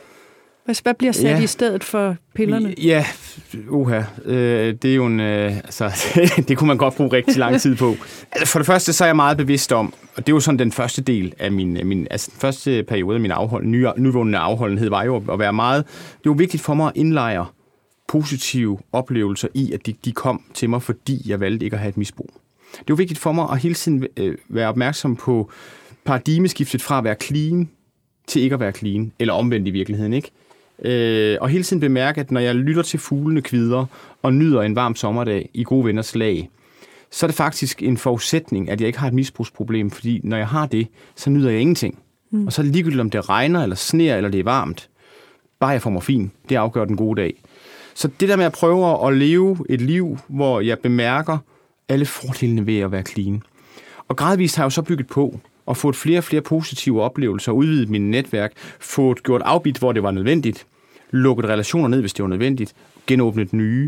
Hvad bliver sat ja, i stedet for pillerne? Ja, uha. Øh, det er jo en... Øh, altså, det kunne man godt bruge rigtig lang tid på. Altså, for det første, så er jeg meget bevidst om, og det er jo sådan den første del af min... min altså, den første periode af min afhold, ny, nyvundne afholdenhed var jo at være meget... Det var vigtigt for mig at indlejre positive oplevelser i, at de, de kom til mig, fordi jeg valgte ikke at have et misbrug. Det var vigtigt for mig at hele tiden øh, være opmærksom på paradigmeskiftet fra at være clean til ikke at være clean, eller omvendt i virkeligheden, ikke? Øh, og hele tiden bemærke, at når jeg lytter til fuglene kvidder og nyder en varm sommerdag i gode venners lag, så er det faktisk en forudsætning, at jeg ikke har et misbrugsproblem, fordi når jeg har det, så nyder jeg ingenting. Mm. Og så er det ligegyldigt, om det regner, eller sner, eller det er varmt. Bare jeg får morfin, det afgør den gode dag. Så det der med at prøve at leve et liv, hvor jeg bemærker alle fordelene ved at være clean. Og gradvist har jeg jo så bygget på og fået flere og flere positive oplevelser, udvidet mit netværk, fået gjort afbit, hvor det var nødvendigt, lukket relationer ned, hvis det var nødvendigt, genåbnet nye.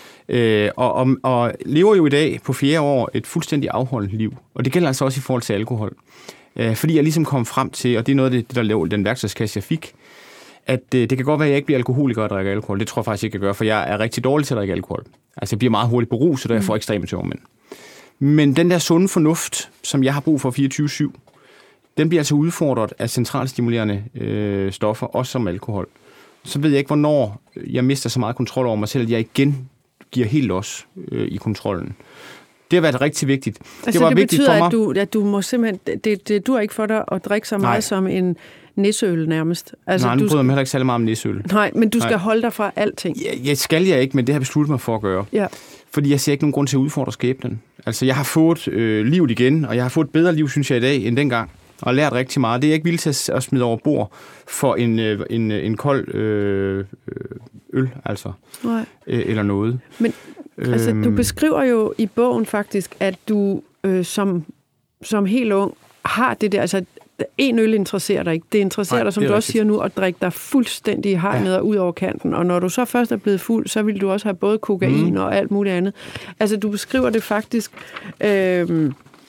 Øh, og, og, og lever jo i dag på fjerde år et fuldstændig afholdt liv. Og det gælder altså også i forhold til alkohol. Øh, fordi jeg ligesom kom frem til, og det er noget af det, der lavede den værktøjskasse, jeg fik, at øh, det kan godt være, at jeg ikke bliver alkoholiker og drikker alkohol. Det tror jeg faktisk ikke, jeg gør, for jeg er rigtig dårlig til at drikke alkohol. Altså, jeg bliver meget hurtigt beruset, og jeg får ekstreme tømmermænd. Men den der sunde fornuft, som jeg har brug for fireogtyve syv, den bliver altså udfordret af centralstimulerende øh, stoffer, også som alkohol. Så ved jeg ikke, hvornår jeg mister så meget kontrol over mig selv, at jeg igen giver helt los øh, i kontrollen. Det har været rigtig vigtigt. Altså, det var det vigtigt betyder, for mig. At du, at du må simpelthen... Det, det dur ikke for dig at drikke så meget Nej. som en nisseøl nærmest. Altså, Nej, nu bryder jeg heller ikke særlig meget om nisseøl. Nej, men du skal Nej. holde dig fra alting. Ja, jeg skal jeg ikke, men det har jeg besluttet mig for at gøre. Ja. Fordi jeg ser ikke nogen grund til at udfordre skæbnen. Altså, jeg har fået øh, livet igen, og jeg har fået et bedre liv, synes jeg, i dag, end dengang. Og lært rigtig meget. Det er jeg ikke villig til at, at smide over bord for en, øh, en, en kold øh, øl, altså. Nej. Øh, eller noget. Men altså, du beskriver jo i bogen faktisk, at du øh, som, som helt ung har det der, altså en øl interesserer dig ikke. Det interesserer Nej, dig, som du rigtigt. også siger nu, at drikke dig fuldstændig i hegnet ja. og ud over kanten. Og når du så først er blevet fuld, så vil du også have både kokain mm. og alt muligt andet. Altså, du beskriver det faktisk øh,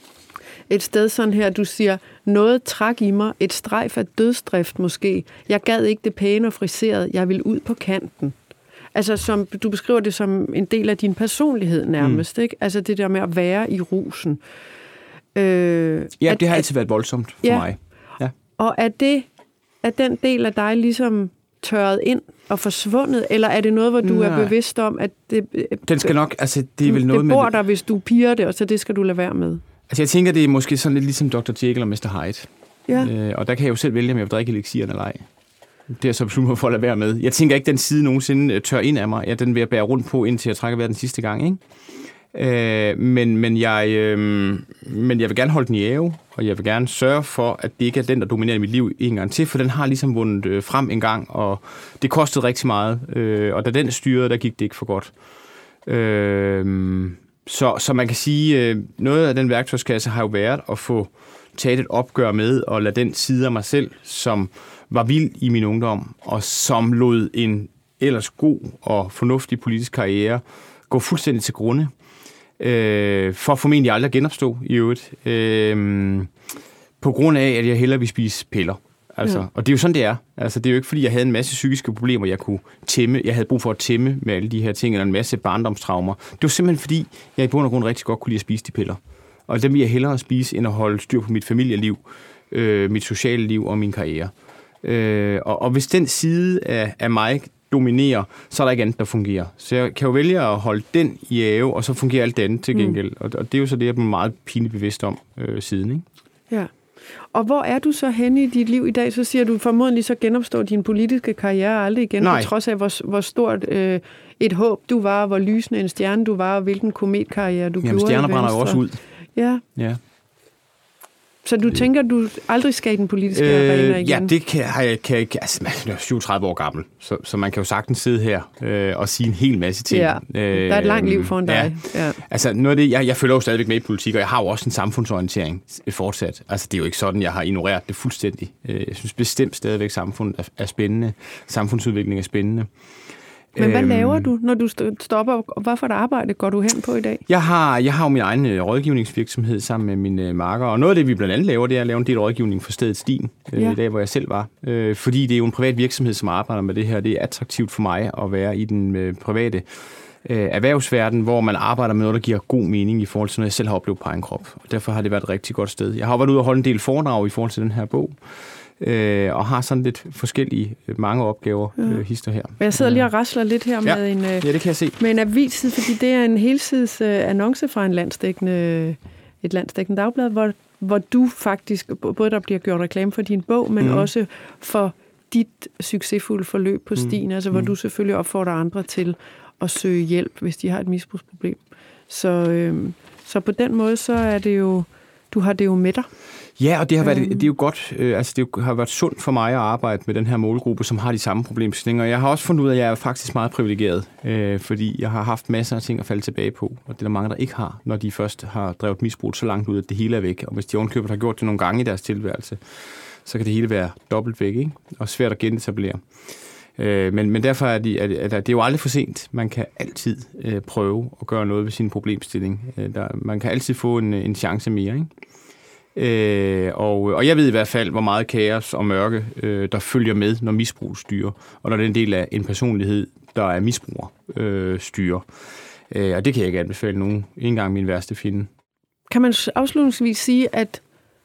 et sted sådan her, du siger, noget træk i mig, et strejf af dødsdrift måske. Jeg gad ikke det pæne og friseret, jeg vil ud på kanten. Altså, som, du beskriver det som en del af din personlighed nærmest, mm. ikke? Altså, det der med at være i rusen. Øh, ja, at, det har altid at, været voldsomt for ja, mig. Ja. Og er det, er den del af dig ligesom tørret ind og forsvundet, eller er det noget, hvor du Nej. er bevidst om, at det... Den skal nok, altså, det er vel noget det med... Det bor der, hvis du piger det, og så det skal du lade være med? Altså, jeg tænker, det er måske sådan lidt ligesom doktor Jekyll og mister Hyde. Ja. Øh, og der kan jeg jo selv vælge, om jeg vil drikke elixiren eller ej. Det er så besluttet mig for at lade være med. Jeg tænker ikke, den side nogensinde tør ind af mig. Ja, den vil jeg bære rundt på, indtil jeg trækker vejret den sidste gang, ikke? Øh, men, men, jeg, øh, men jeg vil gerne holde den i ave, og jeg vil gerne sørge for, at det ikke er den, der dominerer mit liv en gang til, for den har ligesom vundet øh, frem en gang, og det kostede rigtig meget. Øh, og da den styrede, der gik det ikke for godt. Øh, så, så man kan sige, øh, noget af den værktøjskasse har jo været at få taget et opgør med, og lade den side af mig selv, som var vild i min ungdom, og som lod en ellers god og fornuftig politisk karriere gå fuldstændig til grunde, øh, for formentlig aldrig at genopstå i øvrigt, øh, på grund af, at jeg hellere vil spise piller. Altså, ja. Og det er jo sådan, det er. Altså, det er jo ikke, fordi jeg havde en masse psykiske problemer, jeg kunne tæmme. Jeg havde brug for at tæmme med alle de her ting, eller en masse barndomstraumer. Det var simpelthen, fordi jeg i bund og grund rigtig godt kunne lide at spise de piller. Og dem vil jeg hellere spise, end at holde styr på mit familieliv, øh, mit sociale liv og min karriere. Øh, og, og hvis den side af, af mig dominerer, så er der ikke andet, der fungerer. Så jeg kan jo vælge at holde den i ave, og så fungerer alt det andet til gengæld. Mm. Og, og det er jo så det, jeg er meget pinligt bevidst om øh, siden, ikke? Ja. Og hvor er du så henne i dit liv i dag? Så siger du formodentlig så genopstår din politiske karriere aldrig igen, Nej. på trods af, hvor, hvor stort øh, et håb du var, hvor lysende en stjerne du var, og hvilken kometkarriere du Jamen, gjorde. Jamen, stjerner brænder jo også ud. Ja. Ja. Så du tænker, du aldrig skal i den politiske øh, arena igen? Ja, det kan jeg kan ikke. Altså, man er syvogtredive år gammel, så, så man kan jo sagtens sidde her øh, og sige en hel masse ting. Ja, der er et langt liv foran dig. Ja. Ja. Altså, noget af det, jeg, jeg følger jo stadigvæk med i politik, og jeg har jo også en samfundsorientering fortsat. Altså, det er jo ikke sådan, jeg har ignoreret det fuldstændig. Jeg synes bestemt stadigvæk, samfundet er, er spændende. Samfundsudvikling er spændende. Men hvad laver du, når du stopper, og hvad for et arbejde går du hen på i dag? Jeg har, jeg har jo min egen øh, rådgivningsvirksomhed sammen med mine øh, marker, og noget af det, vi blandt andet laver, det er at lave en del rådgivning for stedet Stien, øh, ja. Der hvor jeg selv var. Øh, fordi det er jo en privat virksomhed, som arbejder med det her. Det er attraktivt for mig at være i den øh, private øh, erhvervsverden, hvor man arbejder med noget, der giver god mening i forhold til noget, jeg selv har oplevet på egen krop. Og derfor har det været et rigtig godt sted. Jeg har været ude og holde en del foredrag i forhold til den her bog. Øh, og har sådan lidt forskellige, mange opgaver, ja. øh, hister her. Jeg sidder lige og rasler lidt her ja. med en, ja, det kan jeg se. med en avisside, fordi det er en helsides øh, annonce fra en landsdækkende, et landsdækkende dagblad, hvor, hvor du faktisk, både der bliver gjort reklame for din bog, men mm. også for dit succesfulde forløb på stien, mm. altså hvor mm. du selvfølgelig opfordrer andre til at søge hjælp, hvis de har et misbrugsproblem. Så, øh, så på den måde, så er det jo, du har det jo med dig. Ja, og det har været, det er jo godt, øh, altså det har været sundt for mig at arbejde med den her målgruppe, som har de samme problemstillinger. Jeg har også fundet ud af, at jeg er faktisk meget privilegeret, øh, fordi jeg har haft masser af ting at falde tilbage på, og det er der mange, der ikke har, når de først har drevet misbrug så langt ud, at det hele er væk. Og hvis de ovenkøbet har gjort det nogle gange i deres tilværelse, så kan det hele være dobbelt væk, ikke? Og svært at genetablere. Øh, men, men derfor er det, er, det, er det jo aldrig for sent. Man kan altid øh, prøve at gøre noget ved sin problemstilling. Øh, der, man kan altid få en, en chance mere, ikke? Øh, og, og jeg ved i hvert fald, hvor meget kaos og mørke, øh, der følger med, når misbrug styrer, og når det er en del af en personlighed, der er misbruger øh, styrer. Øh, og det kan jeg ikke anbefale nogen. Ikke engang min værste fjende. Kan man afslutningsvis sige, at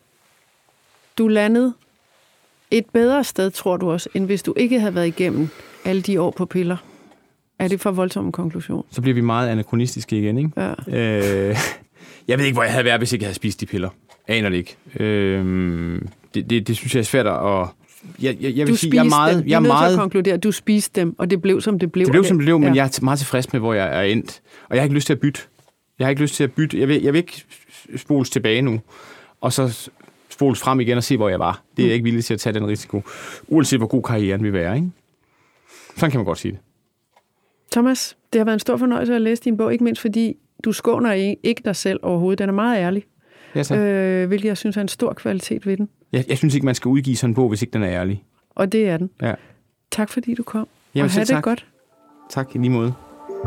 du landede et bedre sted, tror du også, end hvis du ikke havde været igennem alle de år på piller? Er det for voldsom en konklusion? Så bliver vi meget anakronistiske igen, ikke? Ja. Øh, jeg ved ikke, hvor jeg havde været, hvis jeg ikke havde spist de piller. Aner det ikke. Øh, det, det, det synes jeg er svært at... Jeg, jeg, jeg vil du sige, jeg er meget... Dem. Jeg er meget... til at konkludere, at du spiste dem, og det blev, som det blev. Det blev, som det blev, men ja. jeg er meget tilfreds med, hvor jeg er endt. Og jeg har ikke lyst til at bytte. Jeg har ikke lyst til at bytte. Jeg vil, jeg vil ikke spoles tilbage nu, og så spoles frem igen og se, hvor jeg var. Det er jeg ikke villig til at tage den risiko, uanset hvor god karrieren vil være, ikke? Sådan kan man godt sige det. Thomas, det har været en stor fornøjelse at læse din bog, ikke mindst fordi du skåner ikke dig selv overhovedet. Den er meget ærlig. Ja, øh, hvilket jeg synes er en stor kvalitet ved den. Jeg, jeg synes ikke, man skal udgive sådan en bog, hvis ikke den er ærlig. Og det er den. Ja. Tak fordi du kom. Jamen, og have det tak. godt. Tak, i lige måde.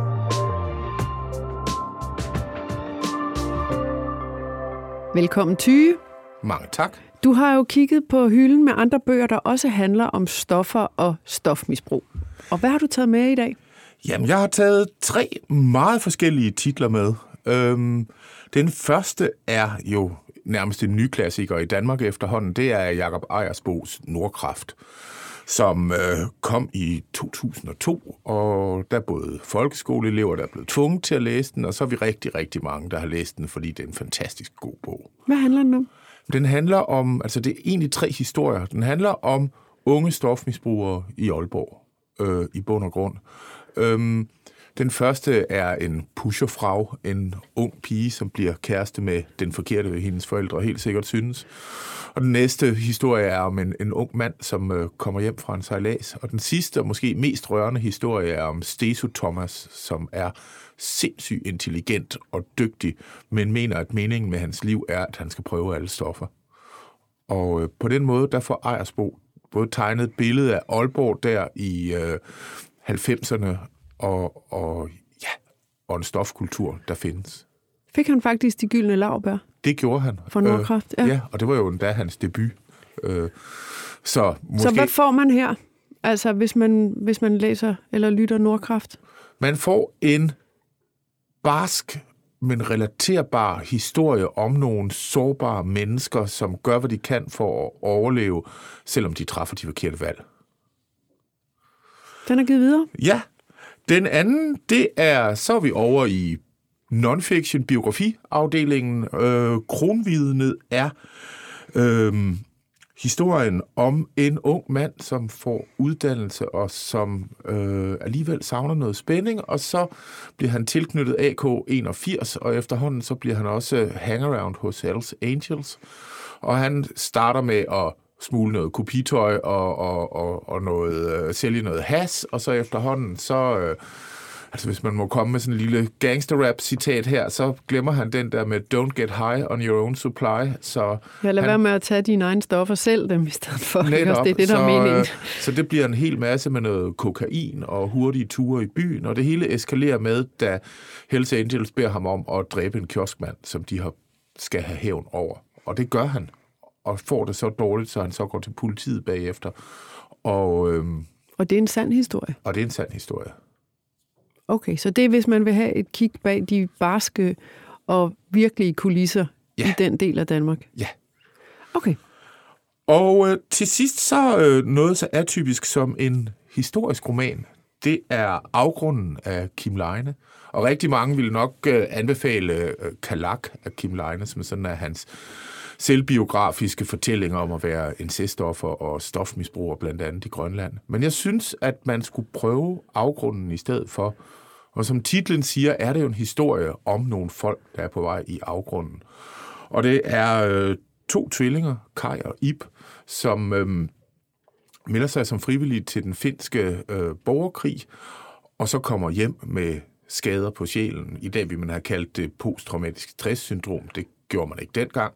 Velkommen, Tyge. Mange tak. Du har jo kigget på hylden med andre bøger, der også handler om stoffer og stofmisbrug. Og hvad har du taget med i dag? Jamen, jeg har taget tre meget forskellige titler med. Øhm, den første er jo nærmest en ny klassiker i Danmark efterhånden, det er Jakob Ejersbos Nordkraft, som øh, kom i to tusind og to, og der er både folkeskoleelever, der er blevet tvunget til at læse den, og så er vi rigtig, rigtig mange, der har læst den, fordi det er en fantastisk god bog. Hvad handler den om? Den handler om, altså det er egentlig tre historier. Den handler om unge stofmisbrugere i Aalborg, øh, i bund og grund. Øhm, den første er en pusherfrau, en ung pige, som bliver kæreste med den forkerte ved hendes forældre, helt sikkert synes. Og den næste historie er om en, en ung mand, som øh, kommer hjem fra en sejlads. Og den sidste og måske mest rørende historie er om Steso Thomas, som er sindssygt intelligent og dygtig, men mener, at meningen med hans liv er, at han skal prøve alle stoffer. Og øh, på den måde, der får Ejersbo både tegnet et billede af Aalborg der i øh, halvfemserne, og, og, ja, og en stofkultur, der findes. Fik han faktisk de gyldne laurbær? Det gjorde han. For Nordkraft, øh, ja. Ja, og det var jo endda hans debut. Øh, så, måske, så hvad får man her, altså hvis man, hvis man læser eller lytter Nordkraft? Man får en barsk, men relaterbar historie om nogle sårbare mennesker, som gør, hvad de kan for at overleve, selvom de træffer de forkerte valg. Den er givet videre? Ja. Den anden, det er, så er vi over i non-fiction biografiafdelingen. Øh, Kronvidnet er øh, historien om en ung mand, som får uddannelse og som øh, alligevel savner noget spænding, og så bliver han tilknyttet A K enogfirs, og efterhånden så bliver han også hangaround hos Hells Angels, og han starter med at smule noget kopitøj og, og, og, og noget, øh, sælge noget has, og så efterhånden så... Øh, Altså, hvis man må komme med sådan en lille gangster-rap-citat her, så glemmer han den der med don't get high on your own supply. Så ja, lad han, være med at tage dine egne stoffer selv, dem i stedet for. Netop, det er det, der så, er meningen. Så det bliver en hel masse med noget kokain og hurtige ture i byen, og det hele eskalerer med, da Hells Angels beder ham om at dræbe en kioskmand, som de har, skal have hævn over. Og det gør han, og får det så dårligt, så han så går til politiet bagefter. Og, øhm, og det er en sand historie? Og det er en sand historie. Okay, så det er, hvis man vil have et kig bag de barske og virkelige kulisser ja. i den del af Danmark? Ja. Okay. Og øh, til sidst så øh, noget så atypisk som en historisk roman. Det er Afgrunden af Kim Leine. Og rigtig mange vil nok øh, anbefale øh, Kalak af Kim Leine, som sådan er hans selvbiografiske fortællinger om at være incestoffer og stofmisbruger blandt andet i Grønland. Men jeg synes, at man skulle prøve Afgrunden i stedet for. Og som titlen siger, er det jo en historie om nogle folk, der er på vej i afgrunden. Og det er øh, to tvillinger, Kai og Ib, som øh, melder sig som frivillige til den finske øh, borgerkrig, og så kommer hjem med skader på sjælen. I dag vil man have kaldt det posttraumatisk stresssyndrom. Det gjorde man ikke dengang.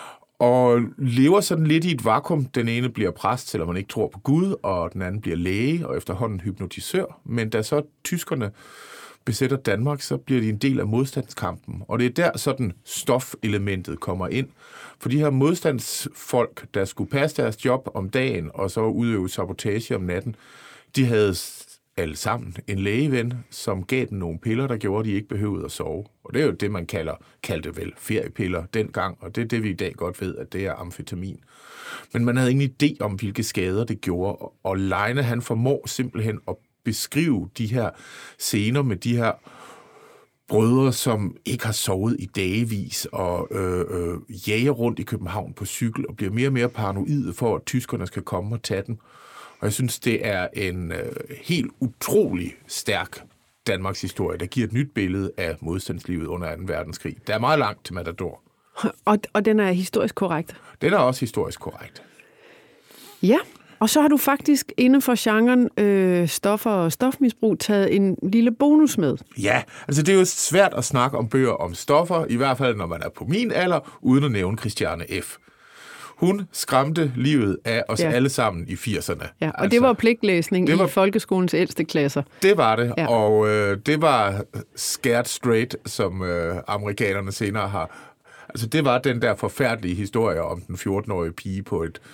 Og lever sådan lidt i et vakuum. Den ene bliver præst, selvom man ikke tror på Gud, og den anden bliver læge, og efterhånden hypnotisør. Men da så tyskerne besætter Danmark, så bliver de en del af modstandskampen. Og det er der sådan stofelementet kommer ind. For de her modstandsfolk, der skulle passe deres job om dagen, og så udøve sabotage om natten, de havde alle sammen en lægeven, som gav dem nogle piller, der gjorde, at de ikke behøvede at sove. Og det er jo det, man kalder, kaldte vel feriepiller dengang, og det er det, vi i dag godt ved, at det er amfetamin. Men man havde ingen idé om, hvilke skader det gjorde, og Leine, han formår simpelthen at beskrive de her scener med de her brødre, som ikke har sovet i dagevis og øh, øh, jager rundt i København på cykel og bliver mere og mere paranoide for, at tyskerne skal komme og tage den. Og jeg synes, det er en øh, helt utrolig stærk Danmarks historie, der giver et nyt billede af modstandslivet under anden verdenskrig. Der er meget langt til Matador. Og, og den er historisk korrekt? Den er også historisk korrekt. Ja, og så har du faktisk inden for genren øh, stoffer og stofmisbrug taget en lille bonus med. Ja, altså det er jo svært at snakke om bøger om stoffer, i hvert fald når man er på min alder, uden at nævne Christiane F. Hun skræmte livet af os ja. alle sammen i firserne. Ja, og altså, det var pligtlæsning det var, i folkeskolens ældste klasser. Det var det, ja. og øh, det var scared straight, som øh, amerikanerne senere har. Altså det var den der forfærdelige historie om den fjorten-årige pige på et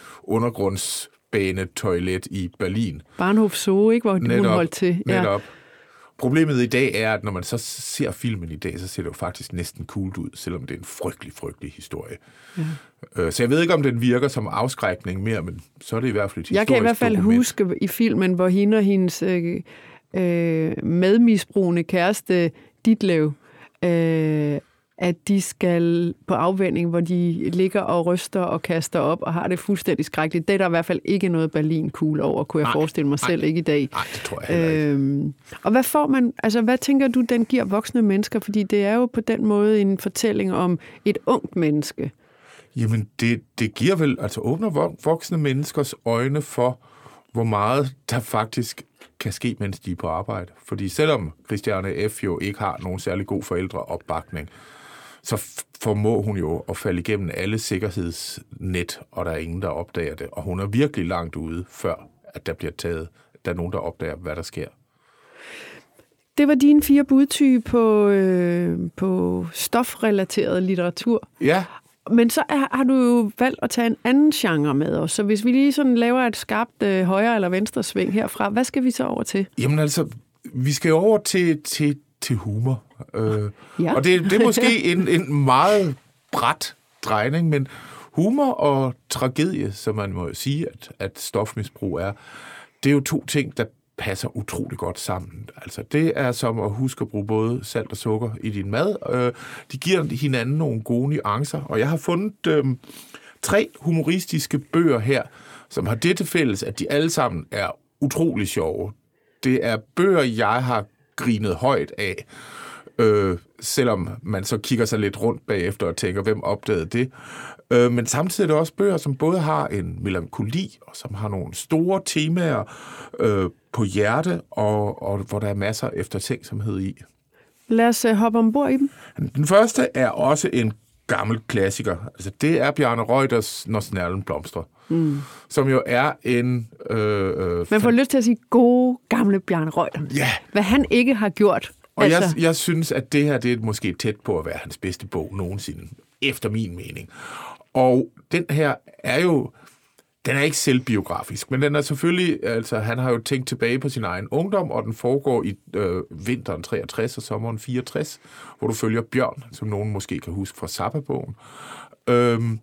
undergrundsbanetoilet i Berlin. Bahnhof Zoo, ikke, hvor netop, hun holdt til. Ja. Netop. problemet i dag er, at når man så ser filmen i dag, så ser det jo faktisk næsten coolt ud, selvom det er en frygtelig, frygtelig historie. Ja. Så jeg ved ikke, om den virker som afskrækning mere, men så er det i hvert fald et historisk Jeg kan i hvert fald dokument. huske i filmen, hvor hende og hendes øh, øh, medmisbrugende kæreste, Ditlev, øh, at de skal på afvænning, hvor de ligger og ryster og kaster op og har det fuldstændig skrækkeligt. Det er der i hvert fald ikke noget Berlin-kugle over, kunne jeg nej, forestille mig nej, selv ikke i dag. Nej, det tror jeg heller ikke. Øhm, og hvad får man, altså hvad tænker du, den giver voksne mennesker? Fordi det er jo på den måde en fortælling om et ungt menneske. Jamen, det, det giver vel, altså åbner voksne menneskers øjne for, hvor meget der faktisk kan ske, mens de er på arbejde. Fordi selvom Christiane F. jo ikke har nogen særlig god forældreopbakning, så formår hun jo at falde igennem alle sikkerhedsnet, og der er ingen, der opdager det. Og hun er virkelig langt ude, før at der bliver taget, der er nogen, der opdager, hvad der sker. Det var dine fire budtyper på, øh, på stofrelateret litteratur. Ja. Men så er, har du jo valgt at tage en anden genre med os. Så hvis vi lige sådan laver et skarpt øh, højre- eller venstre sving herfra, hvad skal vi så over til? Jamen altså, vi skal over til, til, til humor. Øh, ja. Og det, det er måske en, en meget brat drejning, men humor og tragedie, som man må sige, at, at stofmisbrug er, det er jo to ting, der passer utrolig godt sammen. Altså, det er som at huske at bruge både salt og sukker i din mad. Øh, de giver hinanden nogle gode nuancer, og jeg har fundet øh, tre humoristiske bøger her, som har det til fælles, at de alle sammen er utrolig sjove. Det er bøger, jeg har grinet højt af, øh, selvom man så kigger sig lidt rundt bagefter og tænker, hvem opdagede det? Øh, men samtidig er det også bøger, som både har en melankoli, og som har nogle store temaer øh, på hjerte, og, og hvor der er masser af eftertænksomhed i. Lad os uh, hoppe ombord i dem. Den første er også en gammel klassiker. Altså, det er Bjarne Reuters Når snærlen blomstrer, mm. som jo er en... Øh, øh, Man får lyst til at sige gode, gamle Bjarne Reuter. Ja. Hvad han ikke har gjort. Og altså. jeg, jeg synes, at det her det er måske tæt på at være hans bedste bog nogensinde, efter min mening. Og den her er jo... Den er ikke selvbiografisk, men den er selvfølgelig... Altså, han har jo tænkt tilbage på sin egen ungdom, og den foregår i øh, vinteren treogtres og sommeren fireogtres, hvor du følger Bjørn, som nogen måske kan huske fra Zappa-bogen. Øhm,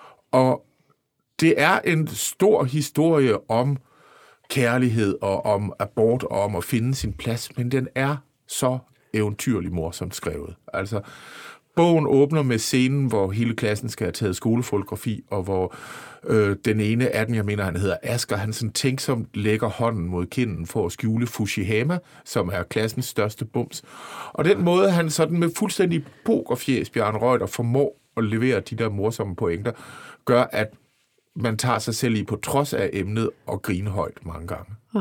og det er en stor historie om kærlighed og om abort og om at finde sin plads, men den er så eventyrlig morsomt skrevet. Altså, bogen åbner med scenen, hvor hele klassen skal have taget skolefotografi, og hvor øh, den ene af dem, jeg mener, han hedder Asger, han sådan tænksomt lægger hånden mod kinden for at skjule Fushihama, som er klassens største bums. Og den måde, han sådan med fuldstændig pokerfjæs, Bjarne Reuter, formår at levere de der morsomme pointer, gør, at man tager sig selv i på trods af emnet og griner højt mange gange. Ja.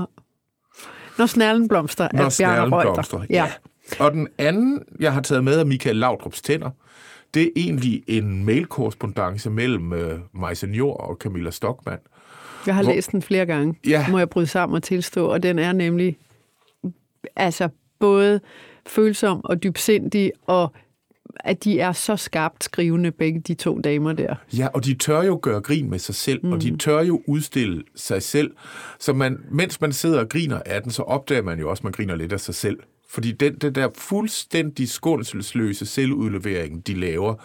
Når snærlen blomstrer Når af Bjarne Reuter. Blomster, ja. ja. Og den anden, jeg har taget med, af Michael Laudrups Tænder. Det er egentlig en mailkorrespondance mellem øh, Maise Njor og Camilla Stockmann. Jeg har hvor... læst den flere gange, ja. Må jeg bryde sammen og tilstå, og den er nemlig altså både følsom og dybsindig, og at de er så skarpt skrivende, begge de to damer der. Ja, og de tør jo gøre grin med sig selv, mm. og de tør jo udstille sig selv. Så man, mens man sidder og griner af den, så opdager man jo også, at man griner lidt af sig selv. Fordi den, den der fuldstændig skånselsløse selvudlevering, de laver,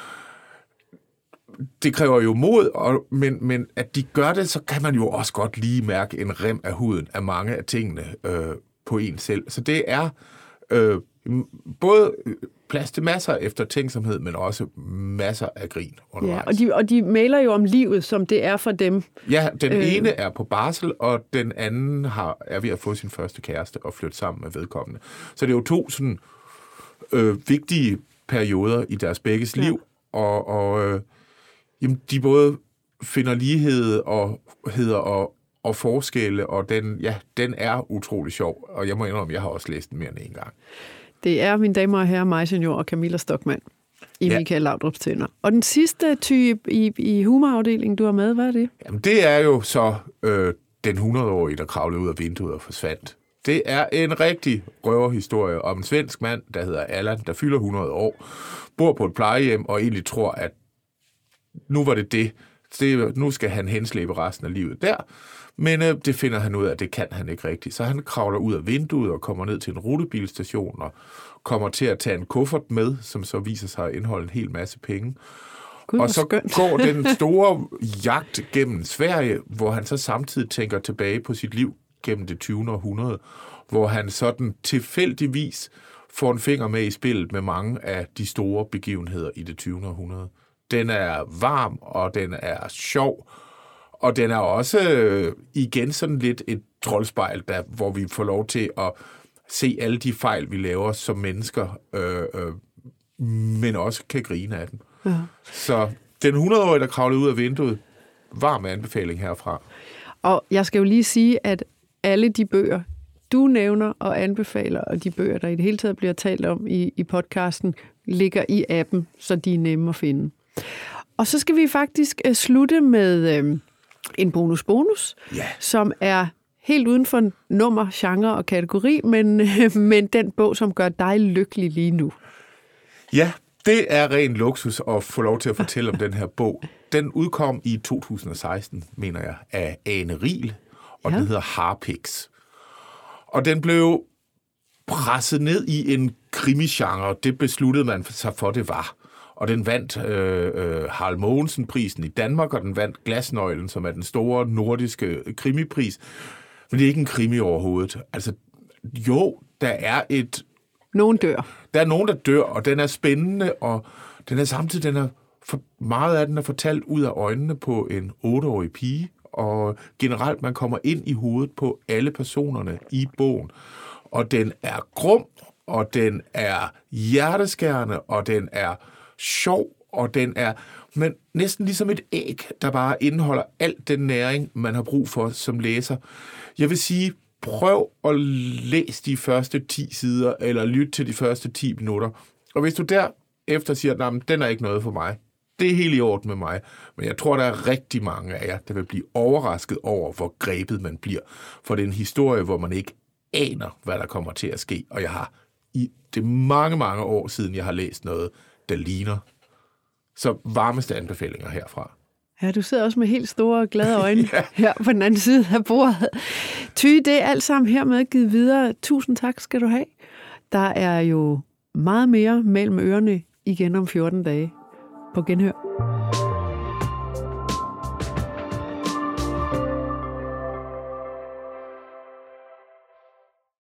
det kræver jo mod, og, men, men at de gør det, så kan man jo også godt lige mærke en rem af huden af mange af tingene øh, på en selv. Så det er øh, både plads til masser af eftertænksomhed, men også masser af grin undervejs. Ja, og de, og de mailer jo om livet, som det er for dem. Ja, den øh. ene er på barsel, og den anden har, er ved at få sin første kæreste og flytte sammen med vedkommende. Så det er jo to sådan øh, vigtige perioder i deres begges ja. liv, og, og øh, jamen, de både finder lighed og hedder og, og forskelle, og den, ja, den er utrolig sjov, og jeg må indrømme, jeg har også læst den mere end en gang. Det er, mine damer og herrer, Maise Njor og Camilla Stockmann i ja. Michael Laudrups Tænder. Og den sidste type i, i humorafdelingen, du har med, hvad er det? Jamen, det er jo så øh, den hundrede-årige, der kravlede ud af vinduet og forsvandt. Det er en rigtig røverhistorie om en svensk mand, der hedder Allan, der fylder hundrede år, bor på et plejehjem og egentlig tror, at nu var det det, Det, nu skal han henslæbe resten af livet der, men øh, det finder han ud af, at det kan han ikke rigtigt. Så han kravler ud af vinduet og kommer ned til en rutebilstation og kommer til at tage en kuffert med, som så viser sig at indeholde en hel masse penge. Gud, og så skønt. går den store jagt gennem Sverige, hvor han så samtidig tænker tilbage på sit liv gennem det tyvende århundrede, hvor han sådan tilfældigvis får en finger med i spillet med mange af de store begivenheder i det tyvende århundrede. Den er varm, og den er sjov, og den er også øh, igen sådan lidt et troldspejl, der, hvor vi får lov til at se alle de fejl, vi laver som mennesker, øh, øh, men også kan grine af dem. Ja. Så den hundrede-årige, der kravlede ud af vinduet, varm anbefaling herfra. Og jeg skal jo lige sige, at alle de bøger, du nævner og anbefaler, og de bøger, der i det hele taget bliver talt om i, i podcasten, ligger i appen, så de er nemme at finde. Og så skal vi faktisk uh, slutte med uh, en bonus-bonus, yeah. som er helt uden for nummer, genre og kategori, men, uh, men den bog, som gør dig lykkelig lige nu. Ja, det er ren luksus at få lov til at fortælle om den her bog. Den udkom i to tusind og seksten, mener jeg, af Ane Riel, og ja. Den hedder Harpiks. Og den blev presset ned i en krimigenre. Det besluttede man sig for, det var. Og den vandt øh, øh, Harald Mogensen-prisen i Danmark, og den vandt Glasnøglen, som er den store nordiske krimipris. Men det er ikke en krimi overhovedet. Altså, jo, der er et... Nogen dør. Der er nogen, der dør, og den er spændende, og den er samtidig, den er for, meget af den er fortalt ud af øjnene på en otteårig pige, og generelt, man kommer ind i hovedet på alle personerne i bogen. Og den er grum, og den er hjerteskærende, og den er sjov, og den er men næsten ligesom et æg, der bare indeholder alt den næring, man har brug for som læser. Jeg vil sige, prøv at læse de første ti sider, eller lyt til de første ti minutter. Og hvis du derefter siger, at den er ikke noget for mig, det er helt i orden med mig. Men jeg tror, der er rigtig mange af jer, der vil blive overrasket over, hvor grebet man bliver. For det er en historie, hvor man ikke aner, hvad der kommer til at ske. Og jeg har i det mange, mange år siden, jeg har læst noget, der ligner. Så varmeste anbefalinger herfra. Ja, du sidder også med helt store, glade øjne ja. Her på den anden side af bordet. Ty, det er alt sammen hermed givet videre. Tusind tak skal du have. Der er jo meget mere mellem ørerne igen om fjorten dage. På genhør.